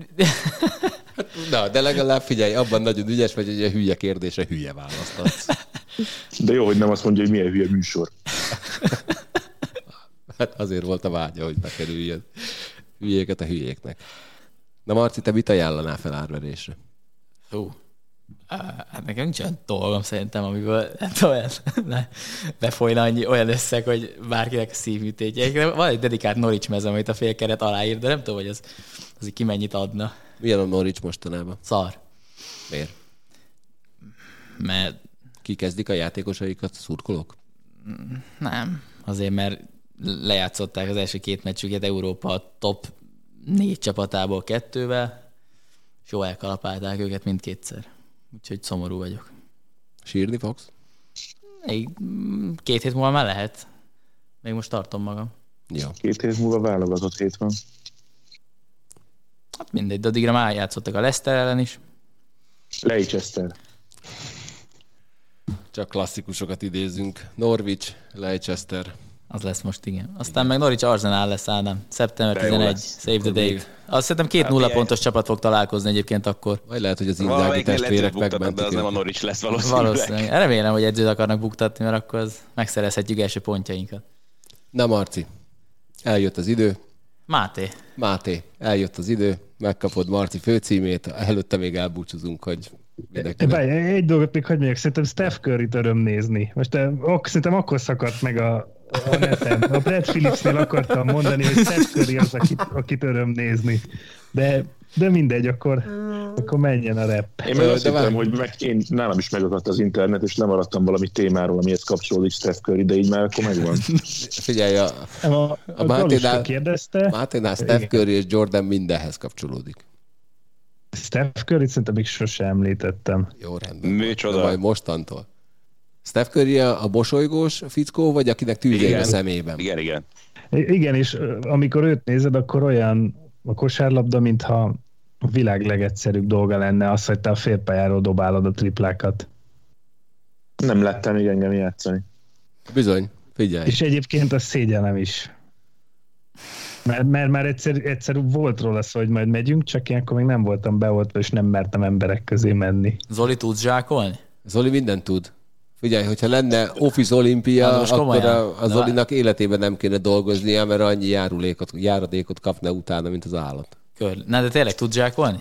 Na, de legalább figyelj, abban nagyon ügyes vagy, hogy a hülye kérdésre hülye választatsz. De jó, hogy nem azt mondja, hogy milyen hülye műsor. Hát azért volt a vágya, hogy bekerüljön hülyéket a hülyéknek. Na Marci, te mit ajánlanál fel árverésre? Hú. Hát nekem nincs olyan dolgom szerintem, amiből olyan befolyna annyi olyan összeg, hogy bárkinek a szívműtétje. Van egy dedikált Norwich mezem, amit a félkeret aláír, de nem tudom, hogy az, az ki mennyit adna. Milyen a Norwich mostanában? Szar. Miért? Mert... Kikezdik a játékosaikat szurkolók? Nem. Azért, mert lejátszották az első két meccsüket Európa top négy csapatából kettővel, és jól elkalapálták őket mindkétszer. Úgyhogy szomorú vagyok. Sírni fogsz? Még két hét múlva már lehet. Még most tartom magam. Jó. Két hét múlva válogatott hét van. Hát mindegy, de addigra már játszottak a Leicester ellen is. Leicester. Csak klasszikusokat idézünk. Norwich, Leicester. Az lesz most, igen. Aztán igen. Meg Norwich Arsenal lesz, Ádám. szeptember tizenegy, Save the Date. Azt szerintem két nulla hát pontos csapat fog találkozni egyébként akkor. Vagy lehet, hogy az Inzági testvérek megmentik. De az nem a Norwich lesz valószínűleg. Valószínűleg. Remélem, hogy edzőt akarnak buktatni, mert akkor az megszerezhetjük első pontjainkat. Na Marci, eljött az idő. Máté. Máté, eljött az idő. Megkapod Marci főcímét. Előtte még elbúcsúzunk, hogy Bár, egy dolgot még hagyj mondjak, szerintem Steph Curryt öröm nézni. Most ak- szerintem akkor szakadt meg a, a neten. A Brad Phillipsnél akartam mondani, hogy Steph Curry az, akit, akit öröm nézni. De, de mindegy, akkor, akkor menjen a rap. Én meg azt hittem, hogy meg, én, nálam is megakadt az internet, és lemaradtam valami témáról, amihez kapcsolódik Steph Curry, de így már akkor megvan. Figyelj, a, a, a, a Máténál, kérdezte. Máténál Steph Curry és Jordan mindenhez kapcsolódik. Steph Curryt szerintem még sose említettem. Jó, rendben. Micsoda? Majd mostantól. Steph Curry a mosolygós fickó, vagy akinek tűzél a szemében? Igen, igen. Igen, és amikor őt nézed, akkor olyan a kosárlabda, mintha a világ legegyszerűbb dolga lenne az, hogy te a félpályáról dobálod a triplákat. Nem láttam még engem játszani. Bizony, figyelj. És egyébként a szégyenem is. Mert, mert már egyszer, egyszer volt róla szó, hogy majd megyünk, csak én akkor még nem voltam beoltva, és nem mertem emberek közé menni. Zoli, tudsz zsákolni? Zoli mindent tud. Figyelj, hogyha lenne Office Olimpia, hát akkor a, a Zolinak életében nem kéne dolgoznia, mert annyi járulékot, járadékot kapna utána, mint az állat. Kör. Na, de tényleg tudsz zsákolni?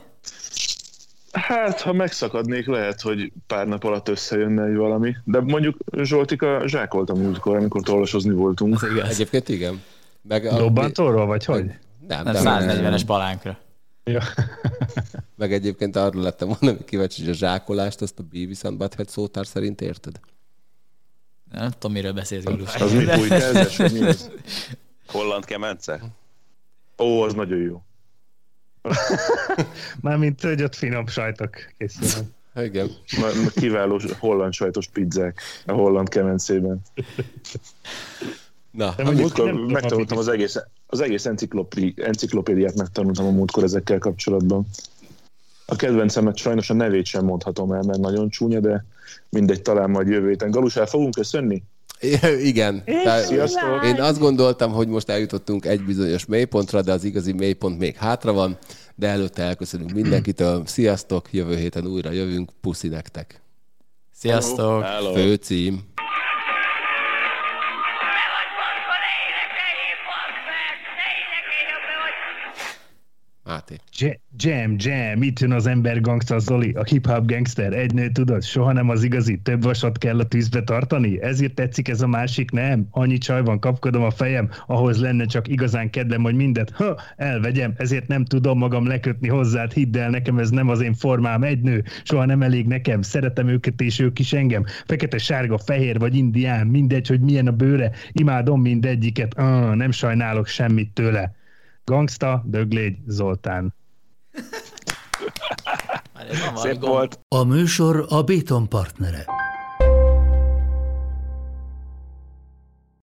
Hát, ha megszakadnék, lehet, hogy pár nap alatt összejönne egy valami. De mondjuk Zsoltika zsákoltam múltkor, amikor tolvasozni voltunk. Egyébként igen. Meg a... Dobbantóról, vagy hogy? Nem, nem. száznegyvenes palánkra. Ja. Meg egyébként arról lettem mondani, kíváncsi, hogy a zsákolást, azt a Beavis and Butthead szótár szerint érted? Nem tudom, miről beszélsz, Galus. Az mi új kezdes, vagy mi ez? Holland kemence? Ó, az nagyon jó. Mármint, hogy ott finom sajtok készülnek. Igen. Kiváló holland sajtos pizzák a holland kemencében. Na, a múltkor megtanultam az egész, az egész enciklopé, enciklopédiát megtanultam a múltkor ezekkel kapcsolatban. A kedvencemet sajnos a nevét sem mondhatom el, mert nagyon csúnya, de mindegy, talán majd jövő héten. Galus, el fogunk köszönni? Igen. Sziasztok! Én azt gondoltam, hogy most eljutottunk egy bizonyos mélypontra, de az igazi mélypont még hátra van, de előtte elköszönünk mindenkitől. Sziasztok, jövő héten újra jövünk, puszi nektek. Sziasztok! Hello. Főcím. Máté. Jam, jam, itt jön az ember gangsta Zoli, a hip-hop gangster, egy nő tudod, soha nem az igazi, több vasat kell a tűzbe tartani, ezért tetszik ez a másik, nem? Annyi csaj van, kapkodom a fejem, ahhoz lenne csak igazán kedvem, hogy mindet, ha, elvegyem, ezért nem tudom magam lekötni hozzád, hidd el, nekem ez nem az én formám, egy nő, soha nem elég nekem, szeretem őket és ők is engem, fekete, sárga, fehér vagy indián, mindegy, hogy milyen a bőre, imádom mindegyiket, ah, nem sajnálok semmit tőle. Gangsta, Döglégy, Zoltán. Szép volt. A műsor a Béton partnere.